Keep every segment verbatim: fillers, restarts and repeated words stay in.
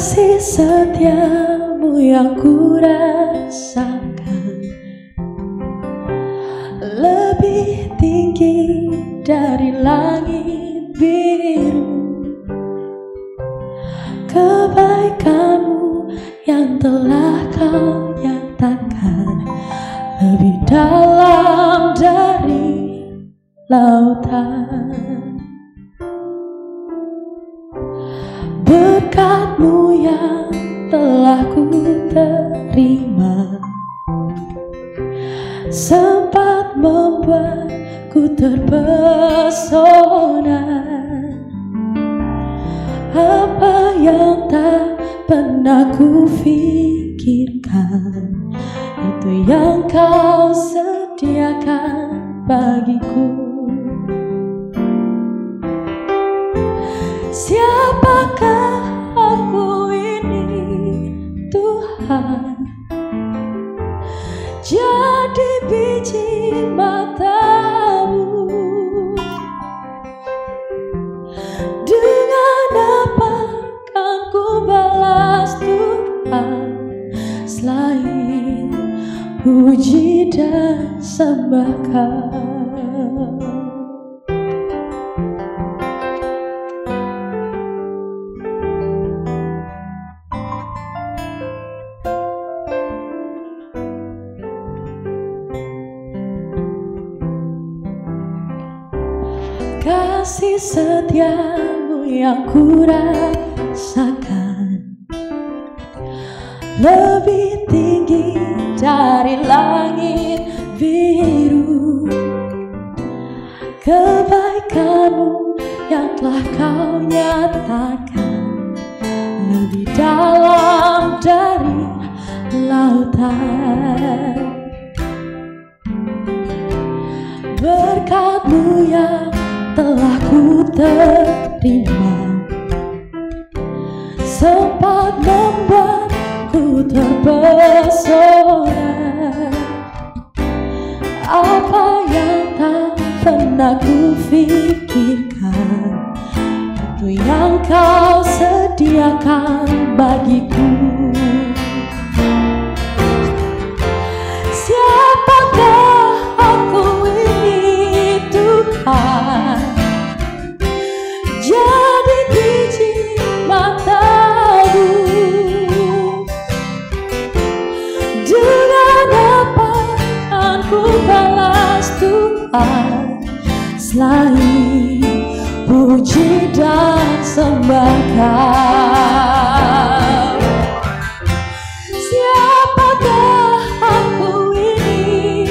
kasih setiamu yang ku rasakan lebih tinggi dari langit biru. Kebaikanmu yang telah kau nyatakan lebih dalam dari lautan. Berkat-Mu yang telah ku terima sempat membuatku terpesona. Apa yang tak pernah ku pikirkan, itu yang kau sediakan bagiku. Siapakah aku ini Tuhan? Jadi biji mata-Mu. Dengan apa kan ku balas Tuhan selain puji dan sembah Kau? Kasih setiamu yang ku rasakan lebih tinggi dari langit biru. Kebaikanmu yang telah kau nyatakan lebih dalam dari lautan. Berkat-Mu yang telah ku terima sempat membuatku terpesona. Apa yang tak pernah ku pikirkan, itu yang kau sediakan bagiku. Siapakah aku ini Tuhan? Jadi biji mata-Mu. Dengan apa kan ku balas Tuhan selain puji dan sembah Kau? Siapakah aku ini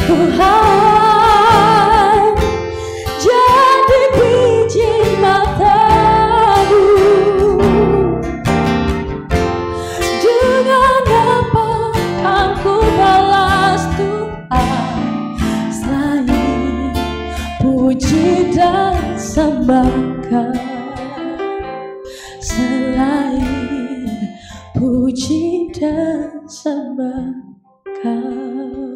Tuhan? Jadi biji mata-Mu. Dengan apa kan ku balas Tuhan selain puji dan sembah Kau? Selain puji dan sembah Kau.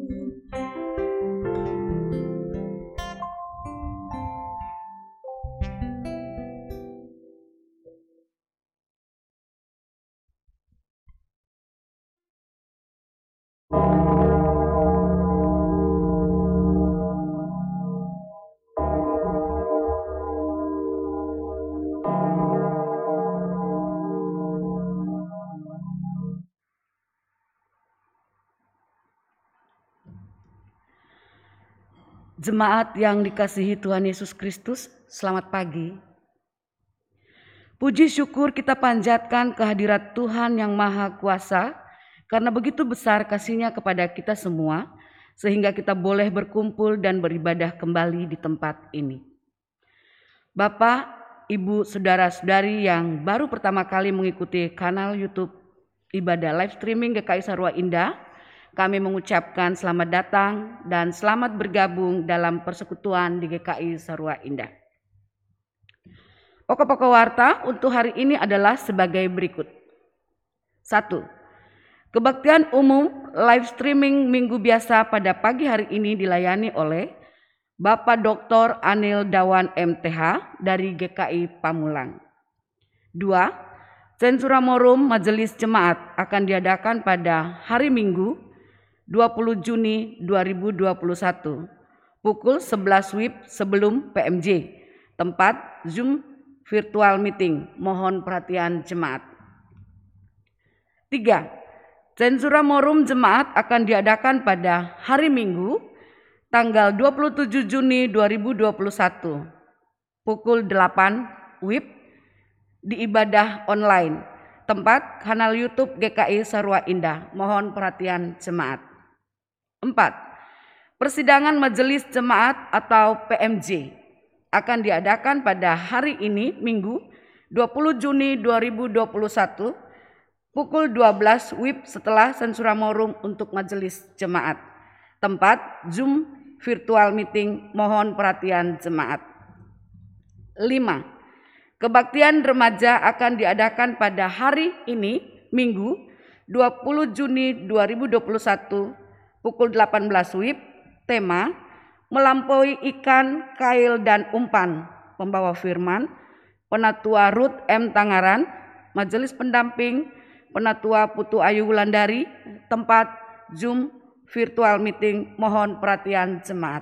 Jemaat yang dikasihi Tuhan Yesus Kristus, selamat pagi. Puji syukur kita panjatkan kehadirat Tuhan yang Maha Kuasa, karena begitu besar kasih-Nya kepada kita semua, sehingga kita boleh berkumpul dan beribadah kembali di tempat ini. Bapak, Ibu, Saudara-saudari yang baru pertama kali mengikuti kanal YouTube ibadah live streaming G K I Sarua Indah, kami mengucapkan selamat datang dan selamat bergabung dalam persekutuan di G K I Sarua Indah. Pokok-pokok warta untuk hari ini adalah sebagai berikut. Satu, kebaktian umum live streaming minggu biasa pada pagi hari ini dilayani oleh Bapak Doktor Anil Dawan M T H dari G K I Pamulang. Dua, Censuramorum Majelis Jemaat akan diadakan pada hari Minggu dua puluh Juni dua ribu dua puluh satu pukul sebelas W I B sebelum P M J. Tempat Zoom virtual meeting. Mohon perhatian jemaat. Tiga. Censuramorum Jemaat akan diadakan pada hari Minggu tanggal dua puluh tujuh Juni dua ribu dua puluh satu pukul delapan W I B di ibadah online. Tempat kanal YouTube G K I Sarua Indah. Mohon perhatian jemaat. Empat. Persidangan Majelis Jemaat atau P M J akan diadakan pada hari ini Minggu dua puluh Juni dua ribu dua puluh satu pukul dua belas W I B setelah Censuramorum untuk Majelis Jemaat. Tempat Zoom virtual meeting. Mohon perhatian jemaat. Lima. Kebaktian remaja akan diadakan pada hari ini Minggu dua puluh Juni dua ribu dua puluh satu pukul delapan belas W I B. Tema melampaui ikan, kail dan umpan. Pembawa firman Penatua Ruth M. Tangaran. Majelis pendamping Penatua Putu Ayu Wulandari. Tempat Zoom virtual meeting. Mohon perhatian jemaat.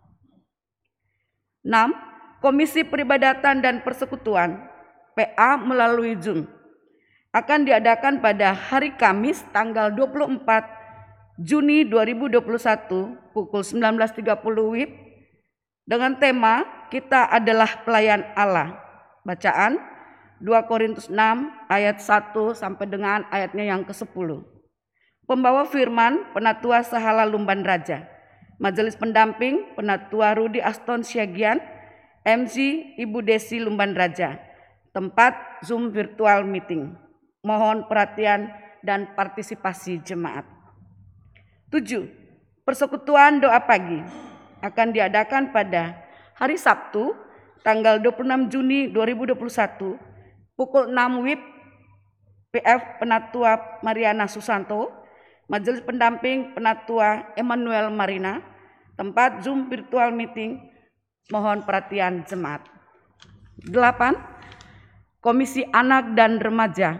Enam. Komisi Peribadatan dan Persekutuan P A melalui Zoom akan diadakan pada hari Kamis tanggal dua puluh empat Juni dua ribu dua puluh satu pukul sembilan belas tiga puluh W I B dengan tema Kita Adalah Pelayan Allah. Bacaan dua Korintus enam ayat satu sampai dengan ayatnya yang kesepuluh. Pembawa firman Penatua Sahala Lumban Raja. Majelis pendamping Penatua Rudi Aston Syagian, M C Ibu Desi Lumban Raja. Tempat Zoom virtual meeting. Mohon perhatian dan partisipasi jemaat. Tujuh. Persekutuan doa pagi akan diadakan pada hari Sabtu tanggal dua puluh enam Juni dua ribu dua puluh satu pukul enam W I B. P F Penatua Mariana Susanto, Majelis pendamping Penatua Emmanuel Marina. Tempat Zoom virtual meeting. Mohon perhatian jemaat. Delapan. Komisi Anak dan Remaja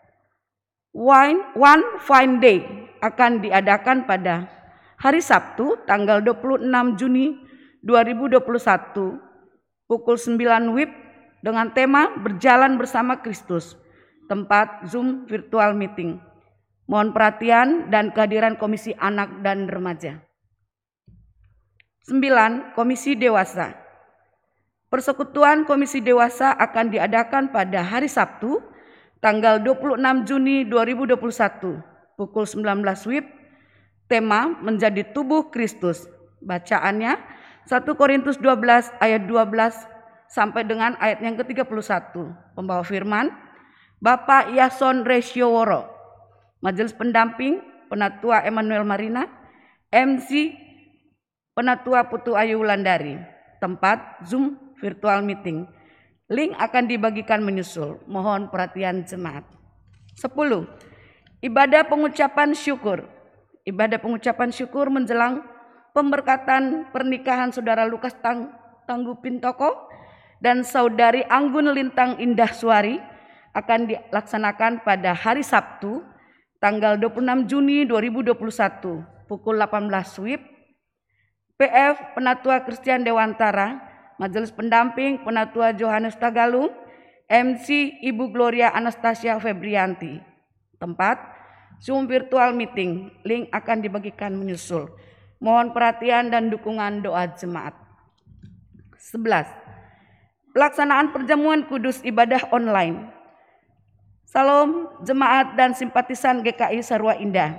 Wine One Fine Day akan diadakan pada hari Sabtu tanggal dua puluh enam Juni dua ribu dua puluh satu pukul sembilan W I B dengan tema Berjalan Bersama Kristus. Tempat Zoom virtual meeting. Mohon perhatian dan kehadiran Komisi Anak dan Remaja. Sembilan. Komisi Dewasa. Persekutuan Komisi Dewasa akan diadakan pada hari Sabtu tanggal dua puluh enam Juni dua ribu dua puluh satu pukul sembilan belas W I B. Tema Menjadi Tubuh Kristus. Bacaannya satu Korintus dua belas ayat dua belas sampai dengan ayat yang ke tiga puluh satu. Pembawa firman Bapak Yason Reshioworo. Majelis pendamping Penatua Emmanuel Marina, M C Penatua Putu Ayu Wulandari. Tempat Zoom virtual meeting. Link akan dibagikan menyusul. Mohon perhatian jemaat. Sepuluh. Ibadah pengucapan syukur. Ibadah pengucapan syukur menjelang pemberkatan pernikahan Saudara Lukas Tang, Tangguh Pintoko dan Saudari Anggun Lintang Indah Suari akan dilaksanakan pada hari Sabtu tanggal dua puluh enam Juni dua ribu dua puluh satu pukul delapan belas W I B. P F Penatua Christian Dewantara, Majelis pendamping Penatua Johannes Tagalung, M C Ibu Gloria Anastasia Febrianti. Tempat Zoom virtual meeting. Link akan dibagikan menyusul. Mohon perhatian dan dukungan doa jemaat. Sebelas. Pelaksanaan perjamuan kudus ibadah online. Salam jemaat dan simpatisan G K I Sarua Indah.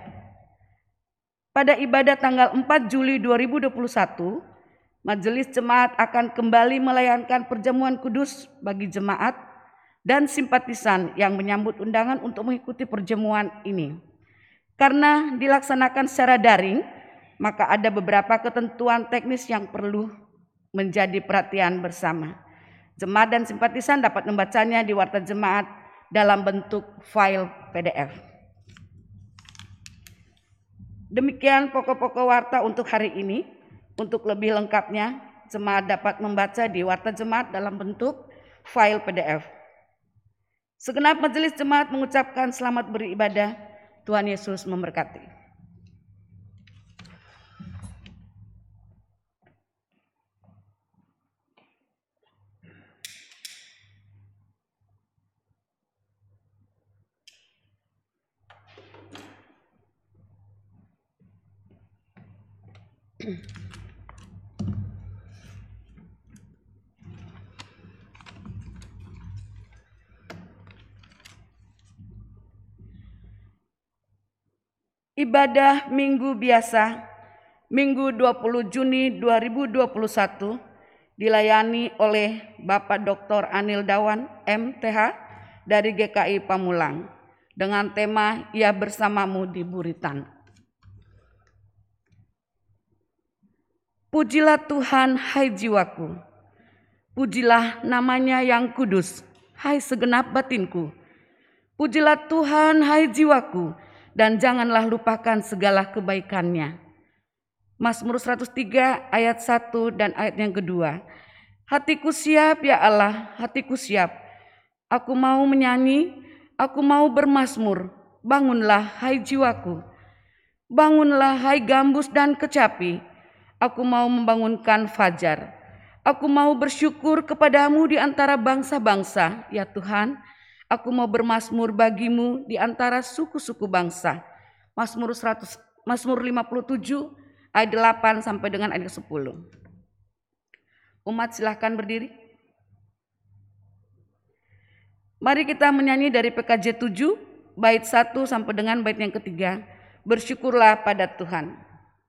Pada ibadah tanggal empat Juli dua ribu dua puluh satu, Majelis Jemaat akan kembali melayangkan perjamuan kudus bagi jemaat dan simpatisan yang menyambut undangan untuk mengikuti perjamuan ini. Karena dilaksanakan secara daring, maka ada beberapa ketentuan teknis yang perlu menjadi perhatian bersama. Jemaat dan simpatisan dapat membacanya di Warta Jemaat dalam bentuk file P D F. Demikian pokok-pokok warta untuk hari ini. Untuk lebih lengkapnya, jemaat dapat membaca di Warta Jemaat dalam bentuk file P D F. Segenap majelis jemaat mengucapkan selamat beribadah. Tuhan Yesus memberkati. Ibadah Minggu Biasa Minggu dua puluh Juni dua ribu dua puluh satu dilayani oleh Bapak Doktor Anil Dawan M T H dari G K I Pamulang dengan tema Ia Bersamamu di Buritan. Pujilah Tuhan, hai jiwaku. Pujilah namanya yang kudus, hai segenap batinku. Pujilah Tuhan, hai jiwaku, dan janganlah lupakan segala kebaikannya. Mazmur seratus tiga ayat satu dan ayat yang kedua. Hatiku siap ya Allah, hatiku siap. Aku mau menyanyi, aku mau bermazmur. Bangunlah hai jiwaku. Bangunlah hai gambus dan kecapi. Aku mau membangunkan fajar. Aku mau bersyukur kepadamu di antara bangsa-bangsa, ya Tuhan. Aku mau bermazmur bagimu di antara suku-suku bangsa. Mazmur seratus, Mazmur lima puluh tujuh ayat delapan sampai dengan ayat sepuluh. Umat silahkan berdiri. Mari kita menyanyi dari P K J tujuh bait satu sampai dengan bait yang ketiga. Bersyukurlah pada Tuhan.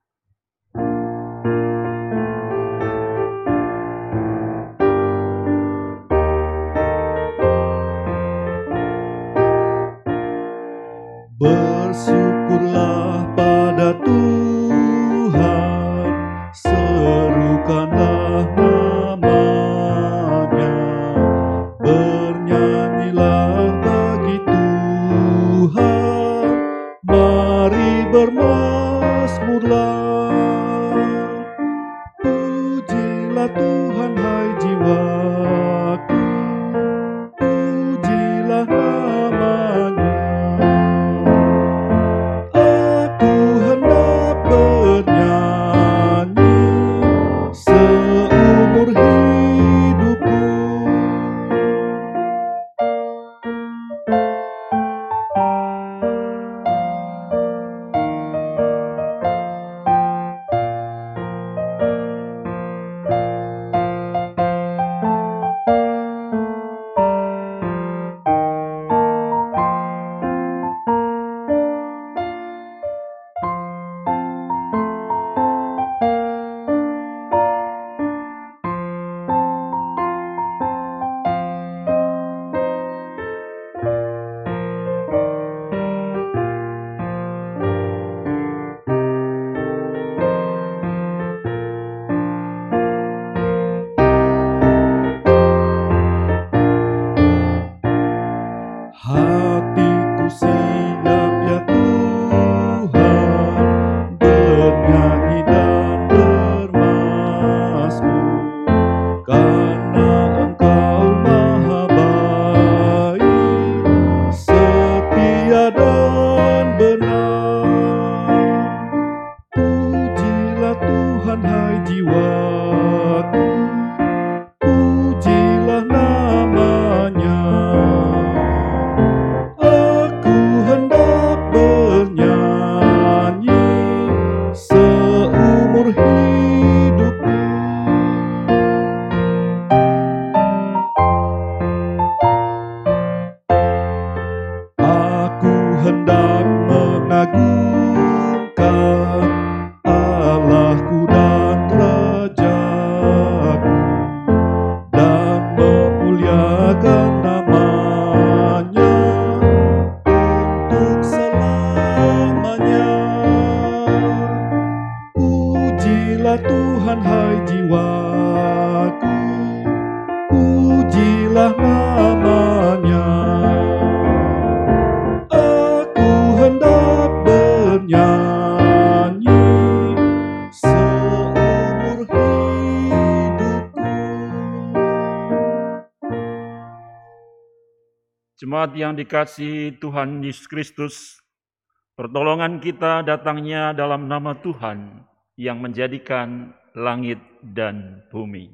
Bersyukurlah pada Tuhan, serukanlah namanya, bernyanyilah bagi Tuhan, mari bermazmurlah. Pujilah Tuhan hai jiwaku, pujilah namanya. Hatiku siap ya Tuhan, bernyanyi dan bermazmur, karena Engkau maha baik, setia dan benar. Pujilah Tuhan hai jiwaku, pujilah namanya. Hendak mengagungkan Allahku dan Rajaku, dan memuliakan namanya untuk selamanya. Pujilah Tuhan hai jiwaku, pujilah namanya. Nyanyi seumur hidupku. Jemaat yang dikasihi Tuhan Yesus Kristus, pertolongan kita datangnya dalam nama Tuhan yang menjadikan langit dan bumi.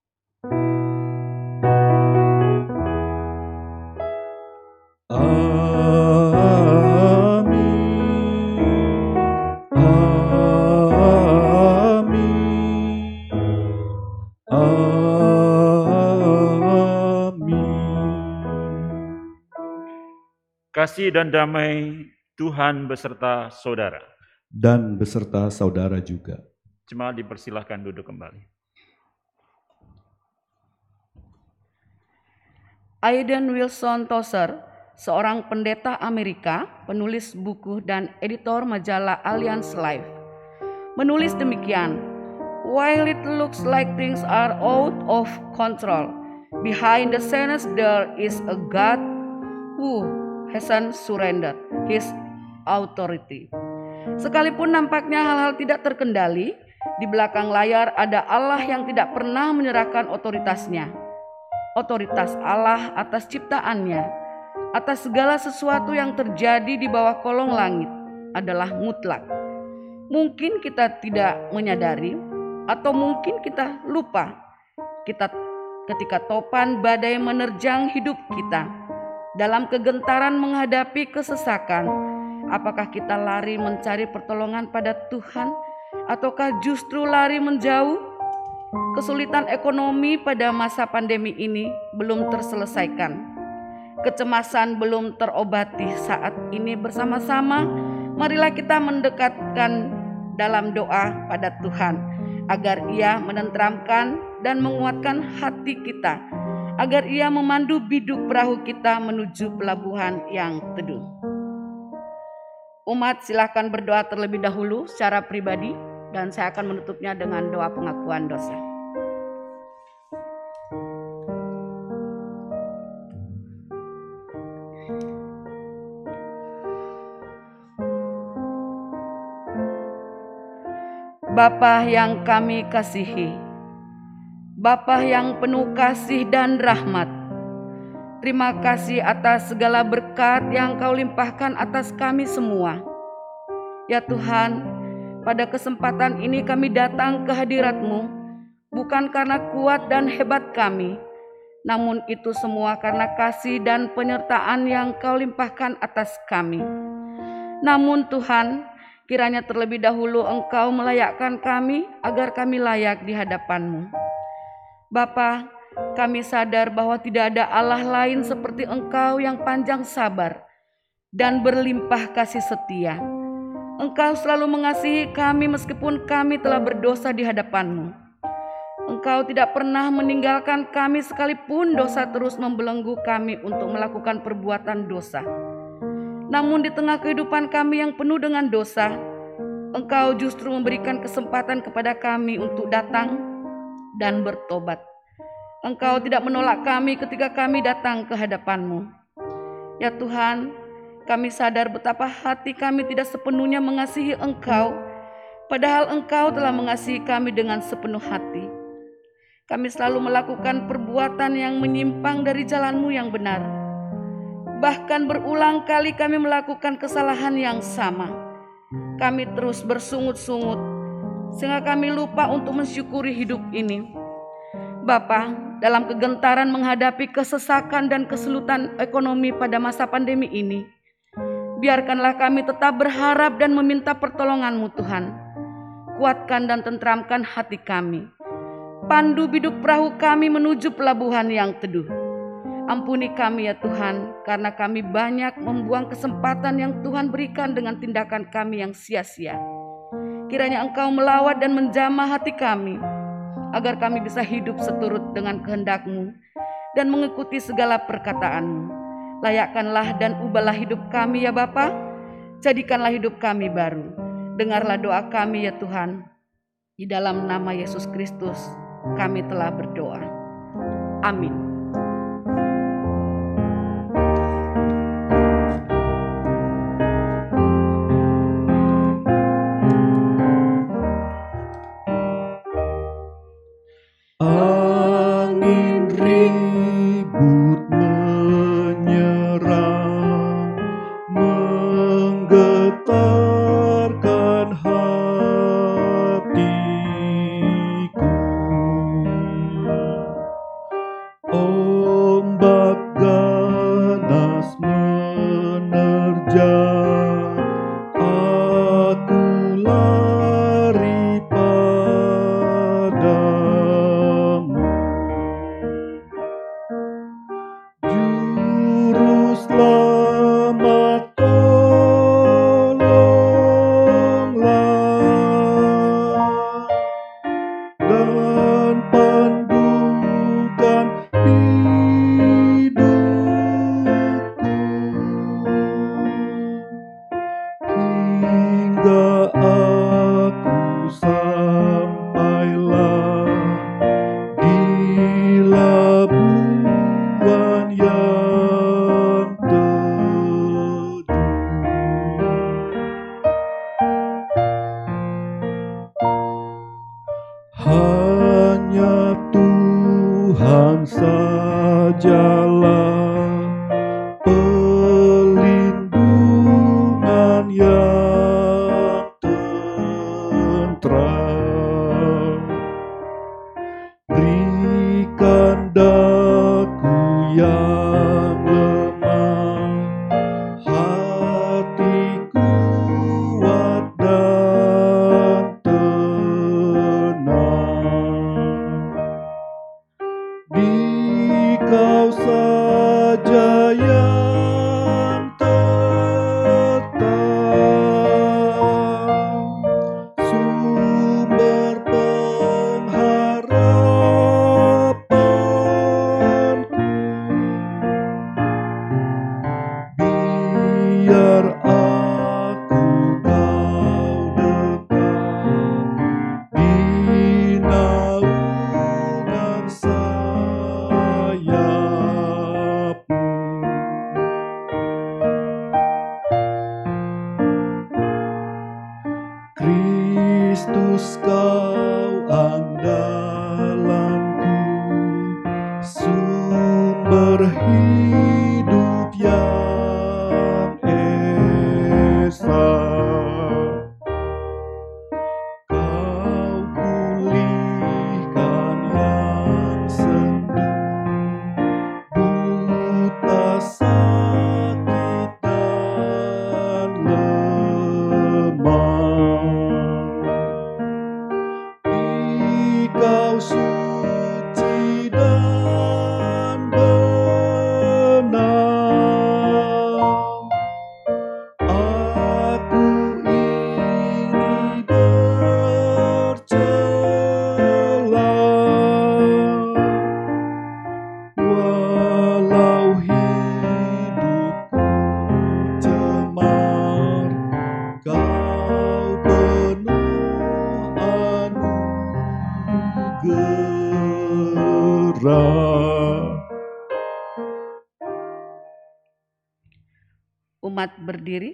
Kasih dan damai Tuhan beserta saudara. Dan beserta saudara juga. Jemaat dipersilahkan duduk kembali. Aidan Wilson Tozer, seorang pendeta Amerika, penulis buku dan editor majalah Alliance Life, menulis demikian: "While it looks like things are out of control, behind the scenes there is a God who hasn't surrendered his authority." Sekalipun nampaknya hal-hal tidak terkendali, di belakang layar ada Allah yang tidak pernah menyerahkan otoritasnya. Otoritas Allah atas ciptaannya, atas segala sesuatu yang terjadi di bawah kolong langit adalah mutlak. Mungkin kita tidak menyadari, atau mungkin kita lupa kita ketika topan badai menerjang hidup kita. Dalam kegentaran menghadapi kesesakan, apakah kita lari mencari pertolongan pada Tuhan, ataukah justru lari menjauh? Kesulitan ekonomi pada masa pandemi ini belum terselesaikan. Kecemasan belum terobati. Saat ini bersama-sama, marilah kita mendekatkan dalam doa pada Tuhan, agar Ia menenteramkan dan menguatkan hati kita, agar Ia memandu biduk perahu kita menuju pelabuhan yang teduh. Umat silakan berdoa terlebih dahulu secara pribadi, dan saya akan menutupnya dengan doa pengakuan dosa. Bapa yang kami kasihi, Bapa yang penuh kasih dan rahmat, terima kasih atas segala berkat yang Kau limpahkan atas kami semua. Ya Tuhan, pada kesempatan ini kami datang ke hadirat-Mu, bukan karena kuat dan hebat kami, namun itu semua karena kasih dan penyertaan yang Kau limpahkan atas kami. Namun Tuhan, kiranya terlebih dahulu Engkau melayakkan kami agar kami layak di hadapan-Mu. Bapa, kami sadar bahwa tidak ada Allah lain seperti Engkau yang panjang sabar dan berlimpah kasih setia. Engkau selalu mengasihi kami meskipun kami telah berdosa di hadapan-Mu. Engkau tidak pernah meninggalkan kami sekalipun dosa terus membelenggu kami untuk melakukan perbuatan dosa. Namun di tengah kehidupan kami yang penuh dengan dosa, Engkau justru memberikan kesempatan kepada kami untuk datang dan bertobat. Engkau tidak menolak kami ketika kami datang ke hadapan-Mu. Ya Tuhan, kami sadar betapa hati kami tidak sepenuhnya mengasihi Engkau, padahal Engkau telah mengasihi kami dengan sepenuh hati. Kami selalu melakukan perbuatan yang menyimpang dari jalan-Mu yang benar. Bahkan berulang kali kami melakukan kesalahan yang sama. Kami terus bersungut-sungut, sehingga kami lupa untuk mensyukuri hidup ini. Bapa, dalam kegentaran menghadapi kesesakan dan kesulitan ekonomi pada masa pandemi ini, biarkanlah kami tetap berharap dan meminta pertolongan-Mu Tuhan. Kuatkan dan tenteramkan hati kami. Pandu biduk perahu kami menuju pelabuhan yang teduh. Ampuni kami ya Tuhan, karena kami banyak membuang kesempatan yang Tuhan berikan dengan tindakan kami yang sia-sia. Kiranya Engkau melawat dan menjamah hati kami, agar kami bisa hidup seturut dengan kehendak-Mu dan mengikuti segala perkataan-Mu. Layakkanlah dan ubahlah hidup kami ya Bapa, jadikanlah hidup kami baru. Dengarlah doa kami ya Tuhan. Di dalam nama Yesus Kristus kami telah berdoa. Amin. Angin ribut menyerang hatiku. Ombak ganas menerjang, aku lari padamu. Juru selamat, tolonglah dan pandukan hidupku hingga aku sampailah di labuan yang teduh. Hanya Tuhan sajalah pelindungan yang tentram. Berikan daku yang lemah hati kuat dan tenang. Di Kau saja yang tetap sumber pengharapanku. Biar aku Kau dekat di naungan sayap-Mu. Kristus, Kau andalanku, sumber hidup yang esa. Kau pulihkan yang sendu, buta, sakit dan lemah. Di Kau suci dan benar, aku ingin bercela. Walau hidupku cemar, Kau penuh anugerah. Umat berdiri.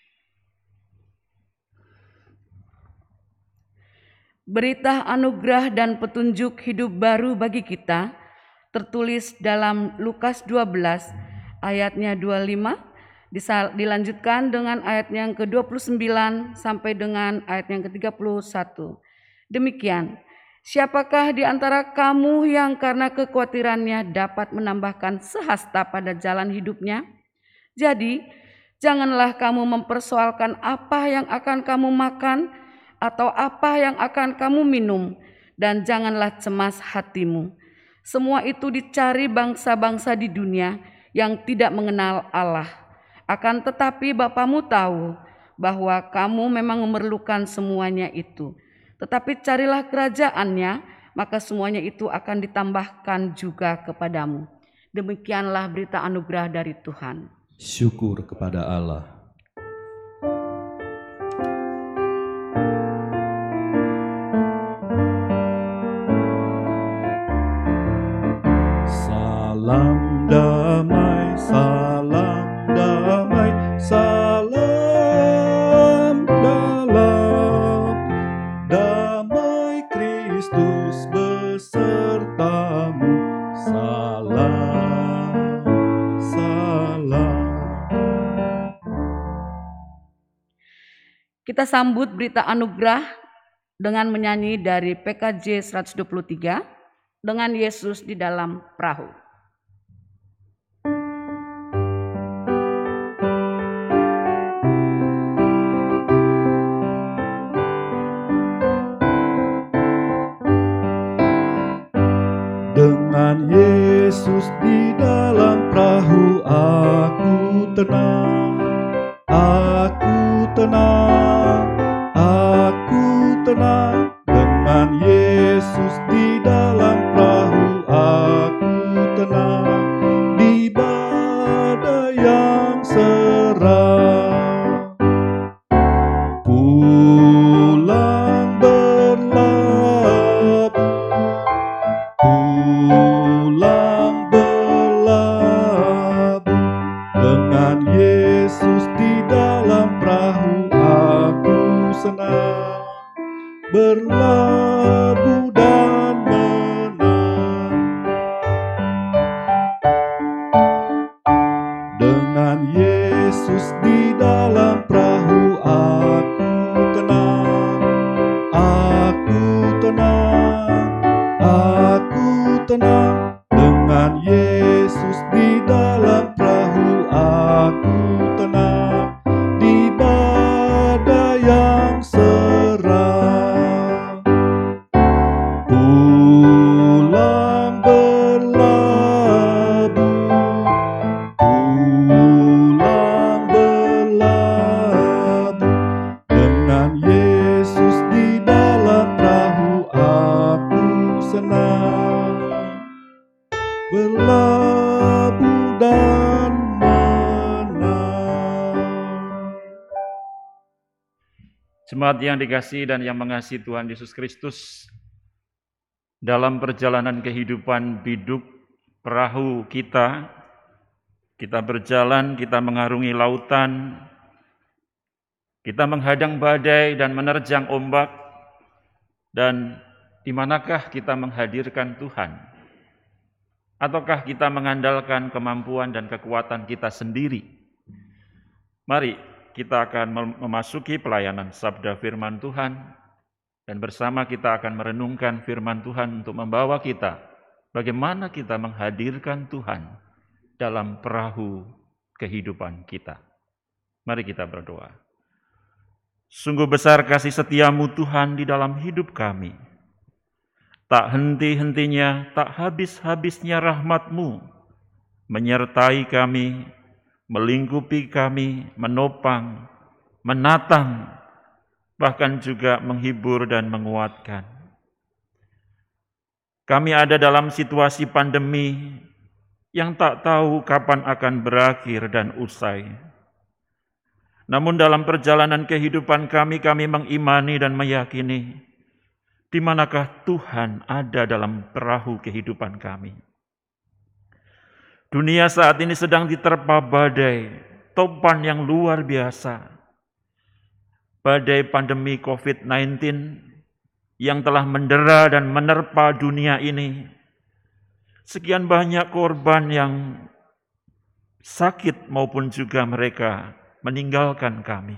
Berita anugerah dan petunjuk hidup baru bagi kita tertulis dalam Lukas dua belas ayatnya dua puluh lima, disal- dilanjutkan dengan ayat yang ke dua puluh sembilan sampai dengan ayat yang ke tiga puluh satu. Demikian, siapakah di antara kamu yang karena kekhawatirannya dapat menambahkan sehasta pada jalan hidupnya? Jadi, janganlah kamu mempersoalkan apa yang akan kamu makan atau apa yang akan kamu minum, dan janganlah cemas hatimu. Semua itu dicari bangsa-bangsa di dunia yang tidak mengenal Allah. Akan tetapi Bapamu tahu bahwa kamu memang memerlukan semuanya itu. Tetapi carilah kerajaannya, maka semuanya itu akan ditambahkan juga kepadamu. Demikianlah berita anugerah dari Tuhan. Syukur kepada Allah. Salam damai, salam damai, salam dalam damai Kristus besertamu. Salam, salam. sambut berita anugerah dengan menyanyi dari P K J seratus dua puluh tiga dengan Yesus di dalam perahu. Dengan Yesus di dalam perahu aku tenang, aku tenang, aku tenang. Dengan Yesus di dalam perahu aku tenang, di badai yang seram. Pulang berlabuh, pulang berlabuh. Dengan Yesus di dalam perahu aku senang, berlabuh dan menang. Dengan Yesus di dalam perahu aku tenang, aku tenang, aku tenang. Dengan Yesus di dalam perahu aku tenang, di badai yang seram. Pulang berlabuh, pulang berlabuh. Dengan Yesus di dalam perahu aku senang, berlabuh dan menang. Jemaat yang dikasihi dan yang mengasihi Tuhan Yesus Kristus, dalam perjalanan kehidupan biduk perahu kita, kita berjalan, kita mengarungi lautan, kita menghadang badai dan menerjang ombak, dan di manakah kita menghadirkan Tuhan? Ataukah kita mengandalkan kemampuan dan kekuatan kita sendiri? Mari kita akan memasuki pelayanan sabda firman Tuhan, dan bersama kita akan merenungkan firman Tuhan untuk membawa kita bagaimana kita menghadirkan Tuhan dalam perahu kehidupan kita. Mari kita berdoa. Sungguh besar kasih setiamu Tuhan di dalam hidup kami. Tak henti-hentinya, tak habis-habisnya rahmat-Mu menyertai kami, melingkupi kami, menopang, menatang, bahkan juga menghibur dan menguatkan. Kami ada dalam situasi pandemi yang tak tahu kapan akan berakhir dan usai. Namun dalam perjalanan kehidupan kami, kami mengimani dan meyakini di manakah Tuhan ada dalam perahu kehidupan kami. Dunia saat ini sedang diterpa badai, topan yang luar biasa. Badai pandemi covid sembilan belas yang telah mendera dan menerpa dunia ini. Sekian banyak korban yang sakit maupun juga mereka meninggalkan kami.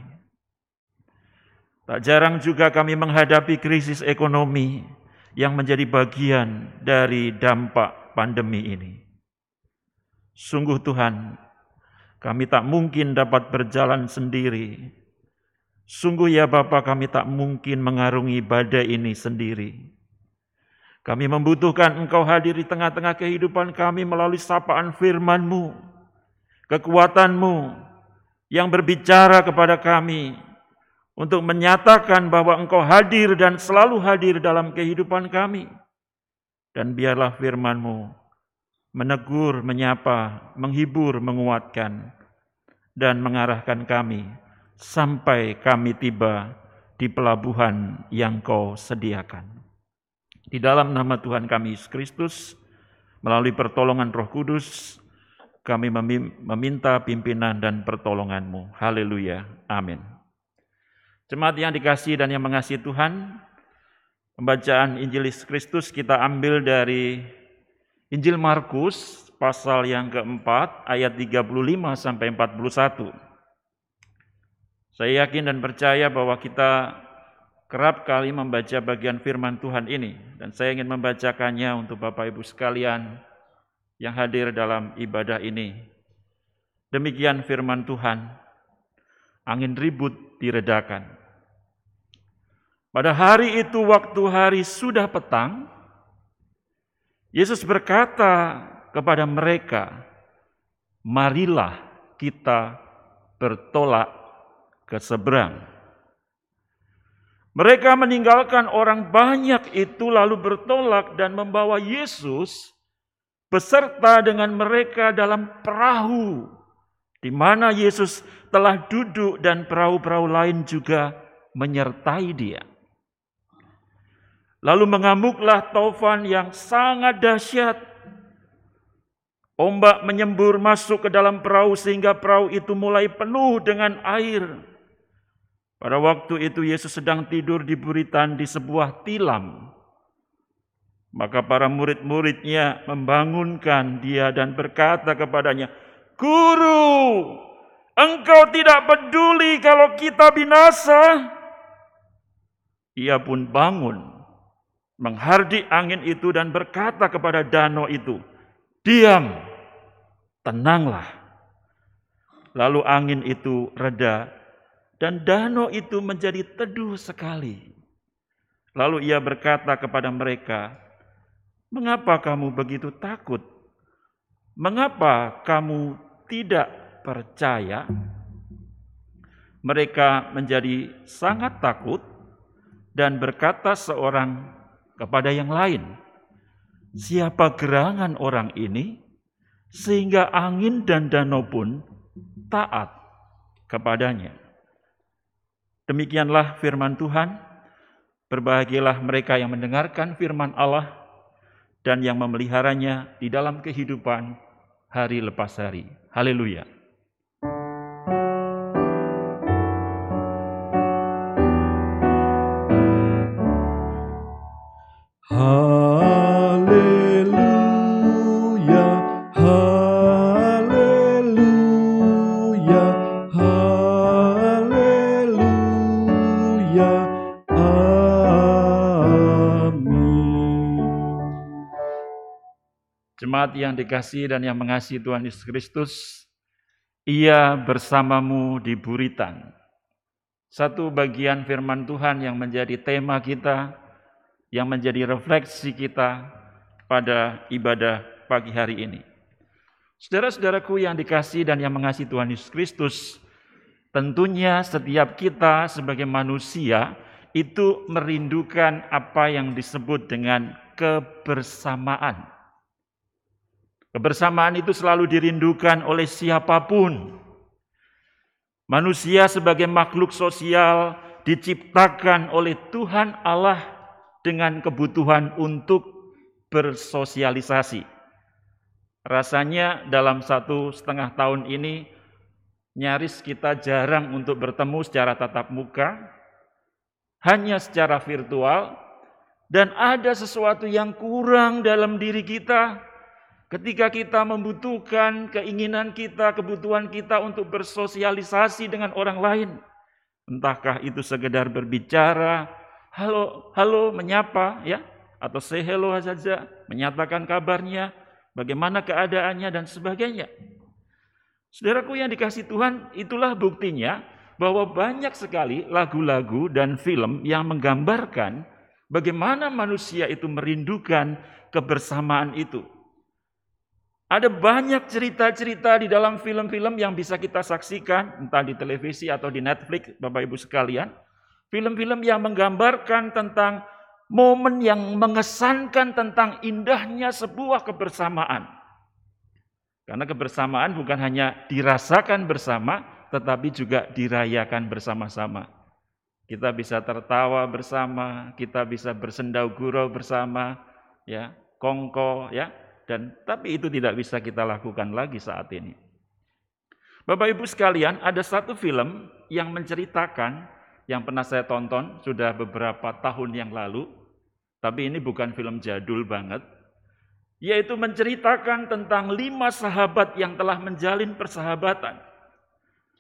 Tak jarang juga kami menghadapi krisis ekonomi yang menjadi bagian dari dampak pandemi ini. Sungguh Tuhan, kami tak mungkin dapat berjalan sendiri. Sungguh ya Bapa, kami tak mungkin mengarungi badai ini sendiri. Kami membutuhkan Engkau hadir di tengah-tengah kehidupan kami melalui sapaan firman-Mu, kekuatan-Mu yang berbicara kepada kami untuk menyatakan bahwa Engkau hadir dan selalu hadir dalam kehidupan kami. Dan biarlah firman-Mu menegur, menyapa, menghibur, menguatkan, dan mengarahkan kami sampai kami tiba di pelabuhan yang Kau sediakan. Di dalam nama Tuhan kami Yesus Kristus, melalui pertolongan Roh Kudus, kami meminta pimpinan dan pertolongan-Mu. Haleluya. Amin. Jemaat yang dikasihi dan yang mengasihi Tuhan, pembacaan Injil Yesus Kristus kita ambil dari Injil Markus pasal yang keempat ayat tiga puluh lima sampai empat puluh satu. Saya yakin dan percaya bahwa kita kerap kali membaca bagian firman Tuhan ini, dan saya ingin membacakannya untuk Bapak Ibu sekalian yang hadir dalam ibadah ini. Demikian firman Tuhan, angin ribut diredakan. Pada hari itu waktu hari sudah petang, Yesus berkata kepada mereka, "Marilah kita bertolak ke seberang." Mereka meninggalkan orang banyak itu lalu bertolak dan membawa Yesus beserta dengan mereka dalam perahu, di mana Yesus telah duduk dan perahu-perahu lain juga menyertai dia. Lalu mengamuklah taufan yang sangat dahsyat. Ombak menyembur masuk ke dalam perahu sehingga perahu itu mulai penuh dengan air. Pada waktu itu Yesus sedang tidur di buritan di sebuah tilam. Maka para murid-muridnya membangunkan dia dan berkata kepadanya, "Guru, engkau tidak peduli kalau kita binasa?" Ia pun bangun, menghardik angin itu dan berkata kepada danau itu, "Diam, tenanglah." Lalu angin itu reda dan danau itu menjadi teduh sekali. Lalu ia berkata kepada mereka, "Mengapa kamu begitu takut? Mengapa kamu tidak percaya?" Mereka menjadi sangat takut dan berkata seorang kepada yang lain, "Siapa gerangan orang ini sehingga angin dan danau pun taat kepadanya?" Demikianlah firman Tuhan. Berbahagialah mereka yang mendengarkan firman Allah dan yang memeliharanya di dalam kehidupan hari lepas hari. Haleluya. Haleluya, haleluya, haleluya, amin. Jemaat yang dikasihi dan yang mengasihi Tuhan Yesus Kristus, Ia bersamamu di buritan. Satu bagian firman Tuhan yang menjadi tema kita, yang menjadi refleksi kita pada ibadah pagi hari ini. Saudara-saudaraku yang dikasihi dan yang mengasihi Tuhan Yesus Kristus, tentunya setiap kita sebagai manusia itu merindukan apa yang disebut dengan kebersamaan. Kebersamaan itu selalu dirindukan oleh siapapun. Manusia sebagai makhluk sosial diciptakan oleh Tuhan Allah dengan kebutuhan untuk bersosialisasi. Rasanya dalam satu setengah tahun ini nyaris kita jarang untuk bertemu secara tatap muka, hanya secara virtual, dan ada sesuatu yang kurang dalam diri kita ketika kita membutuhkan keinginan kita, kebutuhan kita untuk bersosialisasi dengan orang lain. Entahkah itu sekedar berbicara, halo, halo, menyapa, ya, atau say hello saja, menyatakan kabarnya, bagaimana keadaannya, dan sebagainya. Saudaraku yang dikasihi Tuhan, itulah buktinya bahwa banyak sekali lagu-lagu dan film yang menggambarkan bagaimana manusia itu merindukan kebersamaan itu. Ada banyak cerita-cerita di dalam film-film yang bisa kita saksikan, entah di televisi atau di Netflix, Bapak Ibu sekalian. Film-film yang menggambarkan tentang momen yang mengesankan tentang indahnya sebuah kebersamaan. Karena kebersamaan bukan hanya dirasakan bersama, tetapi juga dirayakan bersama-sama. Kita bisa tertawa bersama, kita bisa bersendau gurau bersama, ya, kongko, ya, dan tapi itu tidak bisa kita lakukan lagi saat ini. Bapak Ibu sekalian, ada satu film yang menceritakan, yang pernah saya tonton sudah beberapa tahun yang lalu, tapi ini bukan film jadul banget, yaitu menceritakan tentang lima sahabat yang telah menjalin persahabatan.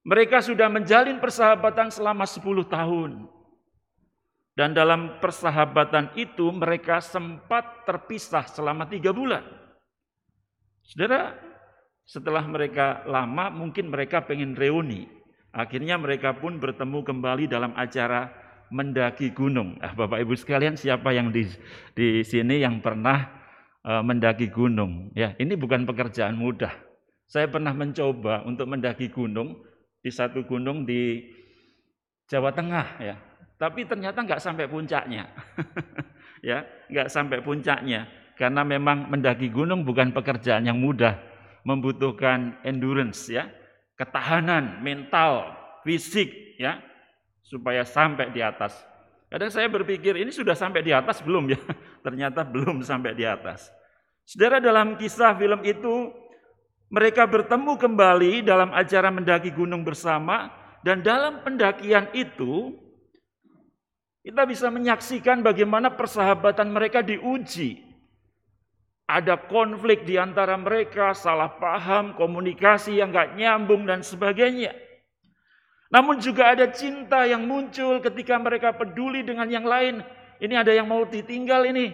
Mereka sudah menjalin persahabatan selama sepuluh tahun. Dan dalam persahabatan itu mereka sempat terpisah selama tiga bulan. Saudara, setelah mereka lama mungkin mereka pengen reuni. Akhirnya mereka pun bertemu kembali dalam acara mendaki gunung. Ah, Bapak Ibu sekalian, siapa yang di, di sini yang pernah uh, mendaki gunung? Ya, ini bukan pekerjaan mudah. Saya pernah mencoba untuk mendaki gunung di satu gunung di Jawa Tengah, ya. Tapi ternyata nggak sampai puncaknya, ya, nggak sampai puncaknya. Karena memang mendaki gunung bukan pekerjaan yang mudah, membutuhkan endurance, ya, ketahanan mental, fisik, ya, supaya sampai di atas. Kadang saya berpikir ini sudah sampai di atas belum ya? Ternyata belum sampai di atas. Saudara, dalam kisah film itu mereka bertemu kembali dalam acara mendaki gunung bersama, dan dalam pendakian itu kita bisa menyaksikan bagaimana persahabatan mereka diuji. Ada konflik di antara mereka, salah paham, komunikasi yang gak nyambung dan sebagainya. Namun juga ada cinta yang muncul ketika mereka peduli dengan yang lain. Ini ada yang mau ditinggal ini.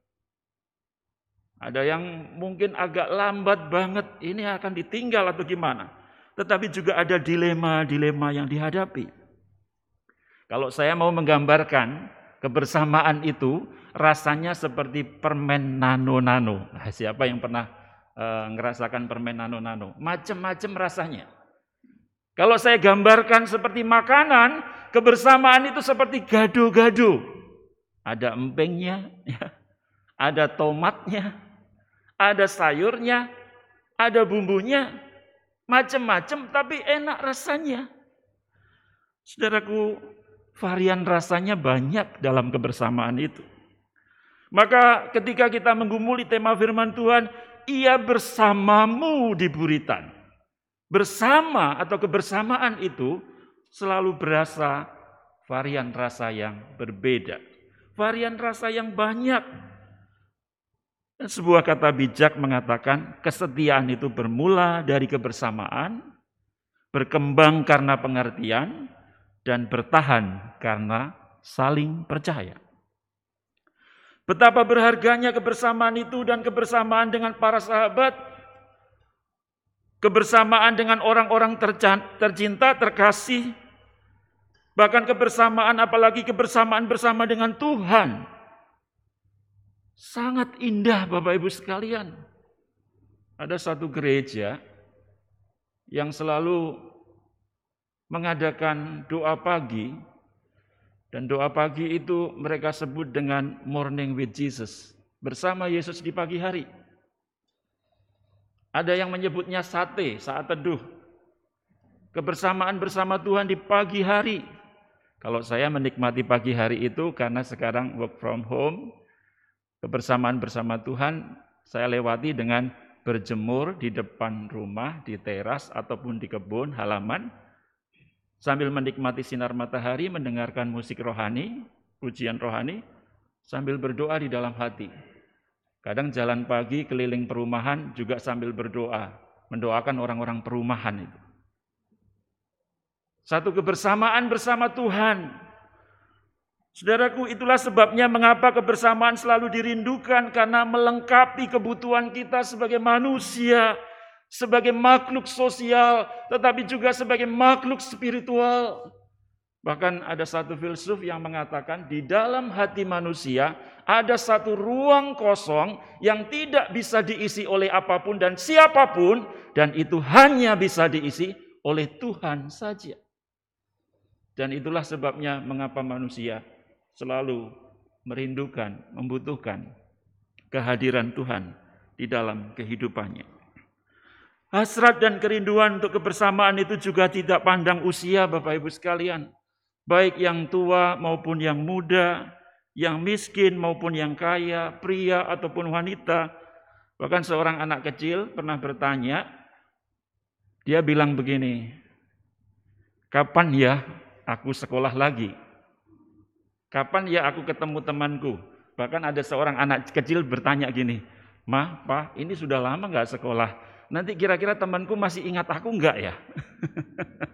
Ada yang mungkin agak lambat banget, ini akan ditinggal atau gimana. Tetapi juga ada dilema-dilema yang dihadapi. Kalau saya mau menggambarkan kebersamaan itu, rasanya seperti permen nano-nano. Nah, siapa yang pernah uh, ngerasakan permen nano-nano? Macam-macam rasanya. Kalau saya gambarkan seperti makanan, kebersamaan itu seperti gado-gado. Ada empengnya, ya, ada tomatnya, ada sayurnya, ada bumbunya, macam-macam tapi enak rasanya. Saudaraku, varian rasanya banyak dalam kebersamaan itu. Maka ketika kita menggumuli tema firman Tuhan, ia bersamamu di buritan. Bersama atau kebersamaan itu selalu berasa varian rasa yang berbeda. Varian rasa yang banyak. Dan sebuah kata bijak mengatakan kesetiaan itu bermula dari kebersamaan, berkembang karena pengertian, dan bertahan karena saling percaya. Betapa berharganya kebersamaan itu dan kebersamaan dengan para sahabat, kebersamaan dengan orang-orang tercinta, terkasih, bahkan kebersamaan, apalagi kebersamaan bersama dengan Tuhan. Sangat indah Bapak Ibu sekalian. Ada satu gereja yang selalu mengadakan doa pagi, dan doa pagi itu mereka sebut dengan Morning with Jesus, bersama Yesus di pagi hari. Ada yang menyebutnya sate saat teduh. Kebersamaan bersama Tuhan di pagi hari. Kalau saya menikmati pagi hari itu karena sekarang work from home, kebersamaan bersama Tuhan saya lewati dengan berjemur di depan rumah, di teras ataupun di kebun halaman, sambil menikmati sinar matahari, mendengarkan musik rohani, pujian rohani, sambil berdoa di dalam hati. Kadang jalan pagi keliling perumahan juga sambil berdoa, mendoakan orang-orang perumahan itu. Satu kebersamaan bersama Tuhan. Saudaraku, itulah sebabnya mengapa kebersamaan selalu dirindukan, karena melengkapi kebutuhan kita sebagai manusia, sebagai makhluk sosial, tetapi juga sebagai makhluk spiritual. Bahkan ada satu filsuf yang mengatakan di dalam hati manusia ada satu ruang kosong yang tidak bisa diisi oleh apapun dan siapapun, dan itu hanya bisa diisi oleh Tuhan saja. Dan itulah sebabnya mengapa manusia selalu merindukan, membutuhkan kehadiran Tuhan di dalam kehidupannya. Hasrat dan kerinduan untuk kebersamaan itu juga tidak pandang usia Bapak Ibu sekalian. Baik yang tua maupun yang muda, yang miskin maupun yang kaya, pria ataupun wanita. Bahkan seorang anak kecil pernah bertanya, dia bilang begini, kapan ya aku sekolah lagi? Kapan ya aku ketemu temanku? Bahkan ada seorang anak kecil bertanya gini, Ma, Pa, ini sudah lama gak sekolah? Nanti kira-kira temanku masih ingat aku enggak ya?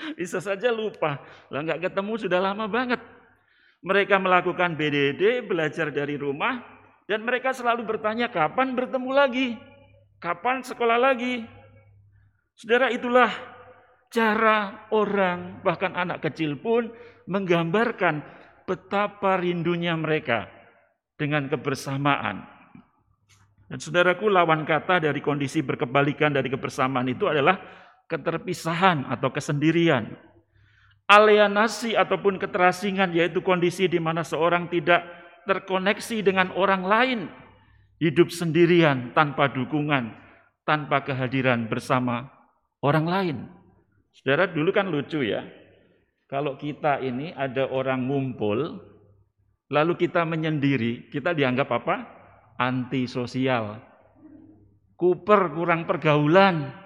Bisa saja lupa. Lah nggak ketemu sudah lama banget. Mereka melakukan B D D, belajar dari rumah, dan mereka selalu bertanya kapan bertemu lagi, kapan sekolah lagi. Saudara, itulah cara orang, bahkan anak kecil pun menggambarkan betapa rindunya mereka dengan kebersamaan. Dan saudaraku, lawan kata dari kondisi berkebalikan dari kebersamaan itu adalah keterpisahan atau kesendirian. Alienasi ataupun keterasingan, yaitu kondisi di mana seorang tidak terkoneksi dengan orang lain, hidup sendirian tanpa dukungan, tanpa kehadiran bersama orang lain. Saudara, dulu kan lucu ya, kalau kita ini ada orang ngumpul, lalu kita menyendiri, kita dianggap apa? Antisosial, kuper, kurang pergaulan.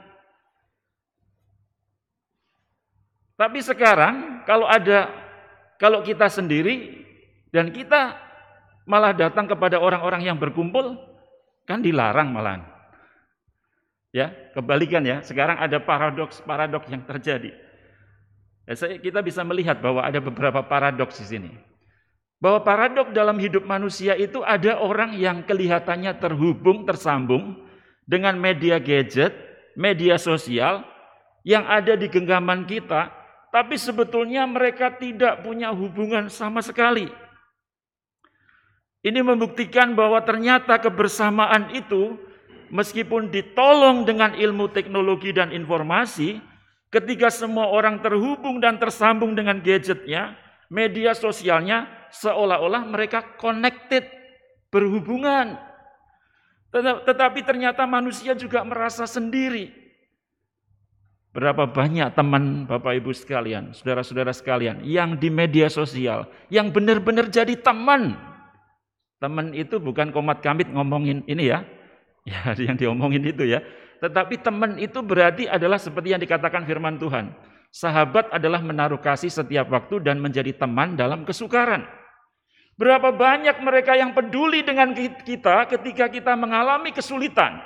Tapi sekarang kalau ada, kalau kita sendiri dan kita malah datang kepada orang-orang yang berkumpul, kan dilarang malahan. Ya, kebalikan ya. Sekarang ada paradoks-paradoks yang terjadi. Ya, saya, kita bisa melihat bahwa ada beberapa paradoks di sini. Bahwa paradoks dalam hidup manusia itu ada orang yang kelihatannya terhubung, tersambung dengan media gadget, media sosial yang ada di genggaman kita, tapi sebetulnya mereka tidak punya hubungan sama sekali. Ini membuktikan bahwa ternyata kebersamaan itu meskipun ditolong dengan ilmu teknologi dan informasi, ketika semua orang terhubung dan tersambung dengan gadgetnya, media sosialnya, seolah-olah mereka connected, berhubungan. Tetapi ternyata manusia juga merasa sendiri. Berapa banyak teman Bapak Ibu sekalian, saudara-saudara sekalian, yang di media sosial, yang benar-benar jadi teman. Teman itu bukan komat kamit ngomongin ini ya, ya yang diomongin itu ya. Tetapi teman itu berarti adalah seperti yang dikatakan firman Tuhan. Sahabat adalah menaruh kasih setiap waktu dan menjadi teman dalam kesukaran. Berapa banyak mereka yang peduli dengan kita ketika kita mengalami kesulitan.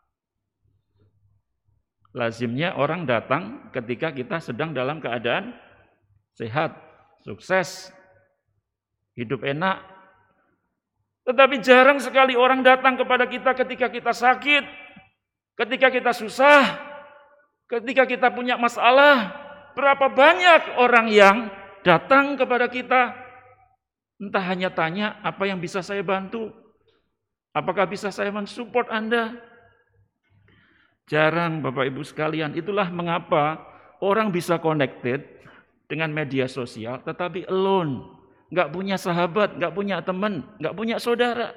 Lazimnya orang datang ketika kita sedang dalam keadaan sehat, sukses, hidup enak. Tetapi jarang sekali orang datang kepada kita ketika kita sakit, ketika kita susah, ketika kita punya masalah. Berapa banyak orang yang datang kepada kita, entah hanya tanya apa yang bisa saya bantu, apakah bisa saya mensupport Anda. Jarang Bapak Ibu sekalian, itulah mengapa orang bisa connected dengan media sosial tetapi alone, nggak punya sahabat, nggak punya teman, nggak punya saudara.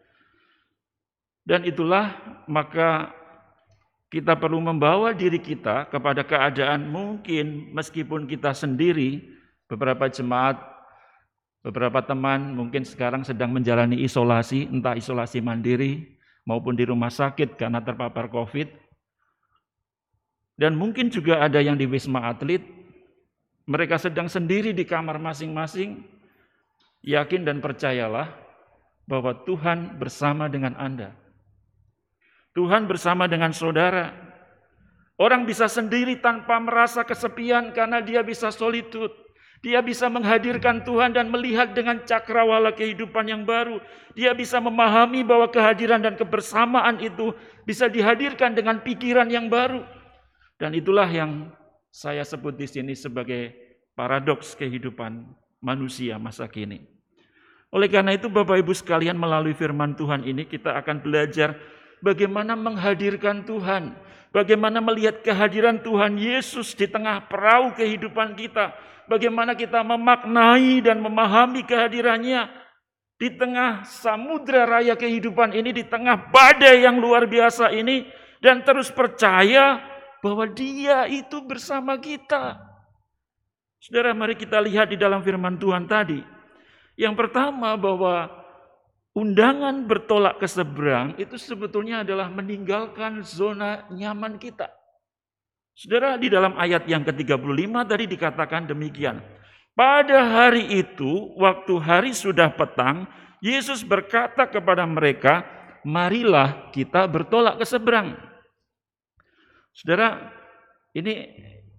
Dan itulah maka kita perlu membawa diri kita kepada keadaan mungkin meskipun kita sendiri, beberapa jemaat, beberapa teman mungkin sekarang sedang menjalani isolasi, entah isolasi mandiri maupun di rumah sakit karena terpapar COVID. Dan mungkin juga ada yang di Wisma Atlet, mereka sedang sendiri di kamar masing-masing. Yakin dan percayalah bahwa Tuhan bersama dengan Anda. Tuhan bersama dengan saudara. Orang bisa sendiri tanpa merasa kesepian karena dia bisa solitude. Dia bisa menghadirkan Tuhan dan melihat dengan cakrawala kehidupan yang baru. Dia bisa memahami bahwa kehadiran dan kebersamaan itu bisa dihadirkan dengan pikiran yang baru. Dan itulah yang saya sebut di sini sebagai paradoks kehidupan manusia masa kini. Oleh karena itu Bapak Ibu sekalian, melalui firman Tuhan ini kita akan belajar bagaimana menghadirkan Tuhan, bagaimana melihat kehadiran Tuhan Yesus di tengah perahu kehidupan kita, bagaimana kita memaknai dan memahami kehadirannya di tengah samudra raya kehidupan ini, di tengah badai yang luar biasa ini, dan terus percaya bahwa Dia itu bersama kita. Saudara, mari kita lihat di dalam firman Tuhan tadi. Yang pertama, bahwa undangan bertolak ke seberang itu sebetulnya adalah meninggalkan zona nyaman kita. Saudara, di dalam ayat yang ke tiga puluh lima tadi dikatakan demikian. Pada hari itu, waktu hari sudah petang, Yesus berkata kepada mereka, marilah kita bertolak ke seberang. Saudara, ini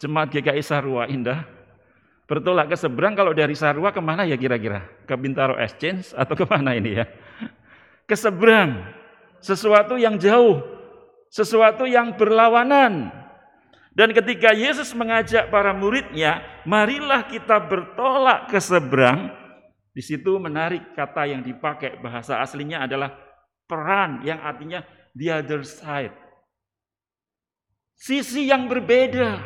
Jemaat G K I Sarua Indah bertolak ke seberang, kalau dari Sarua kemana ya kira-kira? Ke Bintaro Exchange atau kemana ini ya? Ke seberang, sesuatu yang jauh, sesuatu yang berlawanan. Dan ketika Yesus mengajak para muridnya, marilah kita bertolak ke seberang, di situ menarik kata yang dipakai, bahasa aslinya adalah peran, yang artinya the other side. Sisi yang berbeda.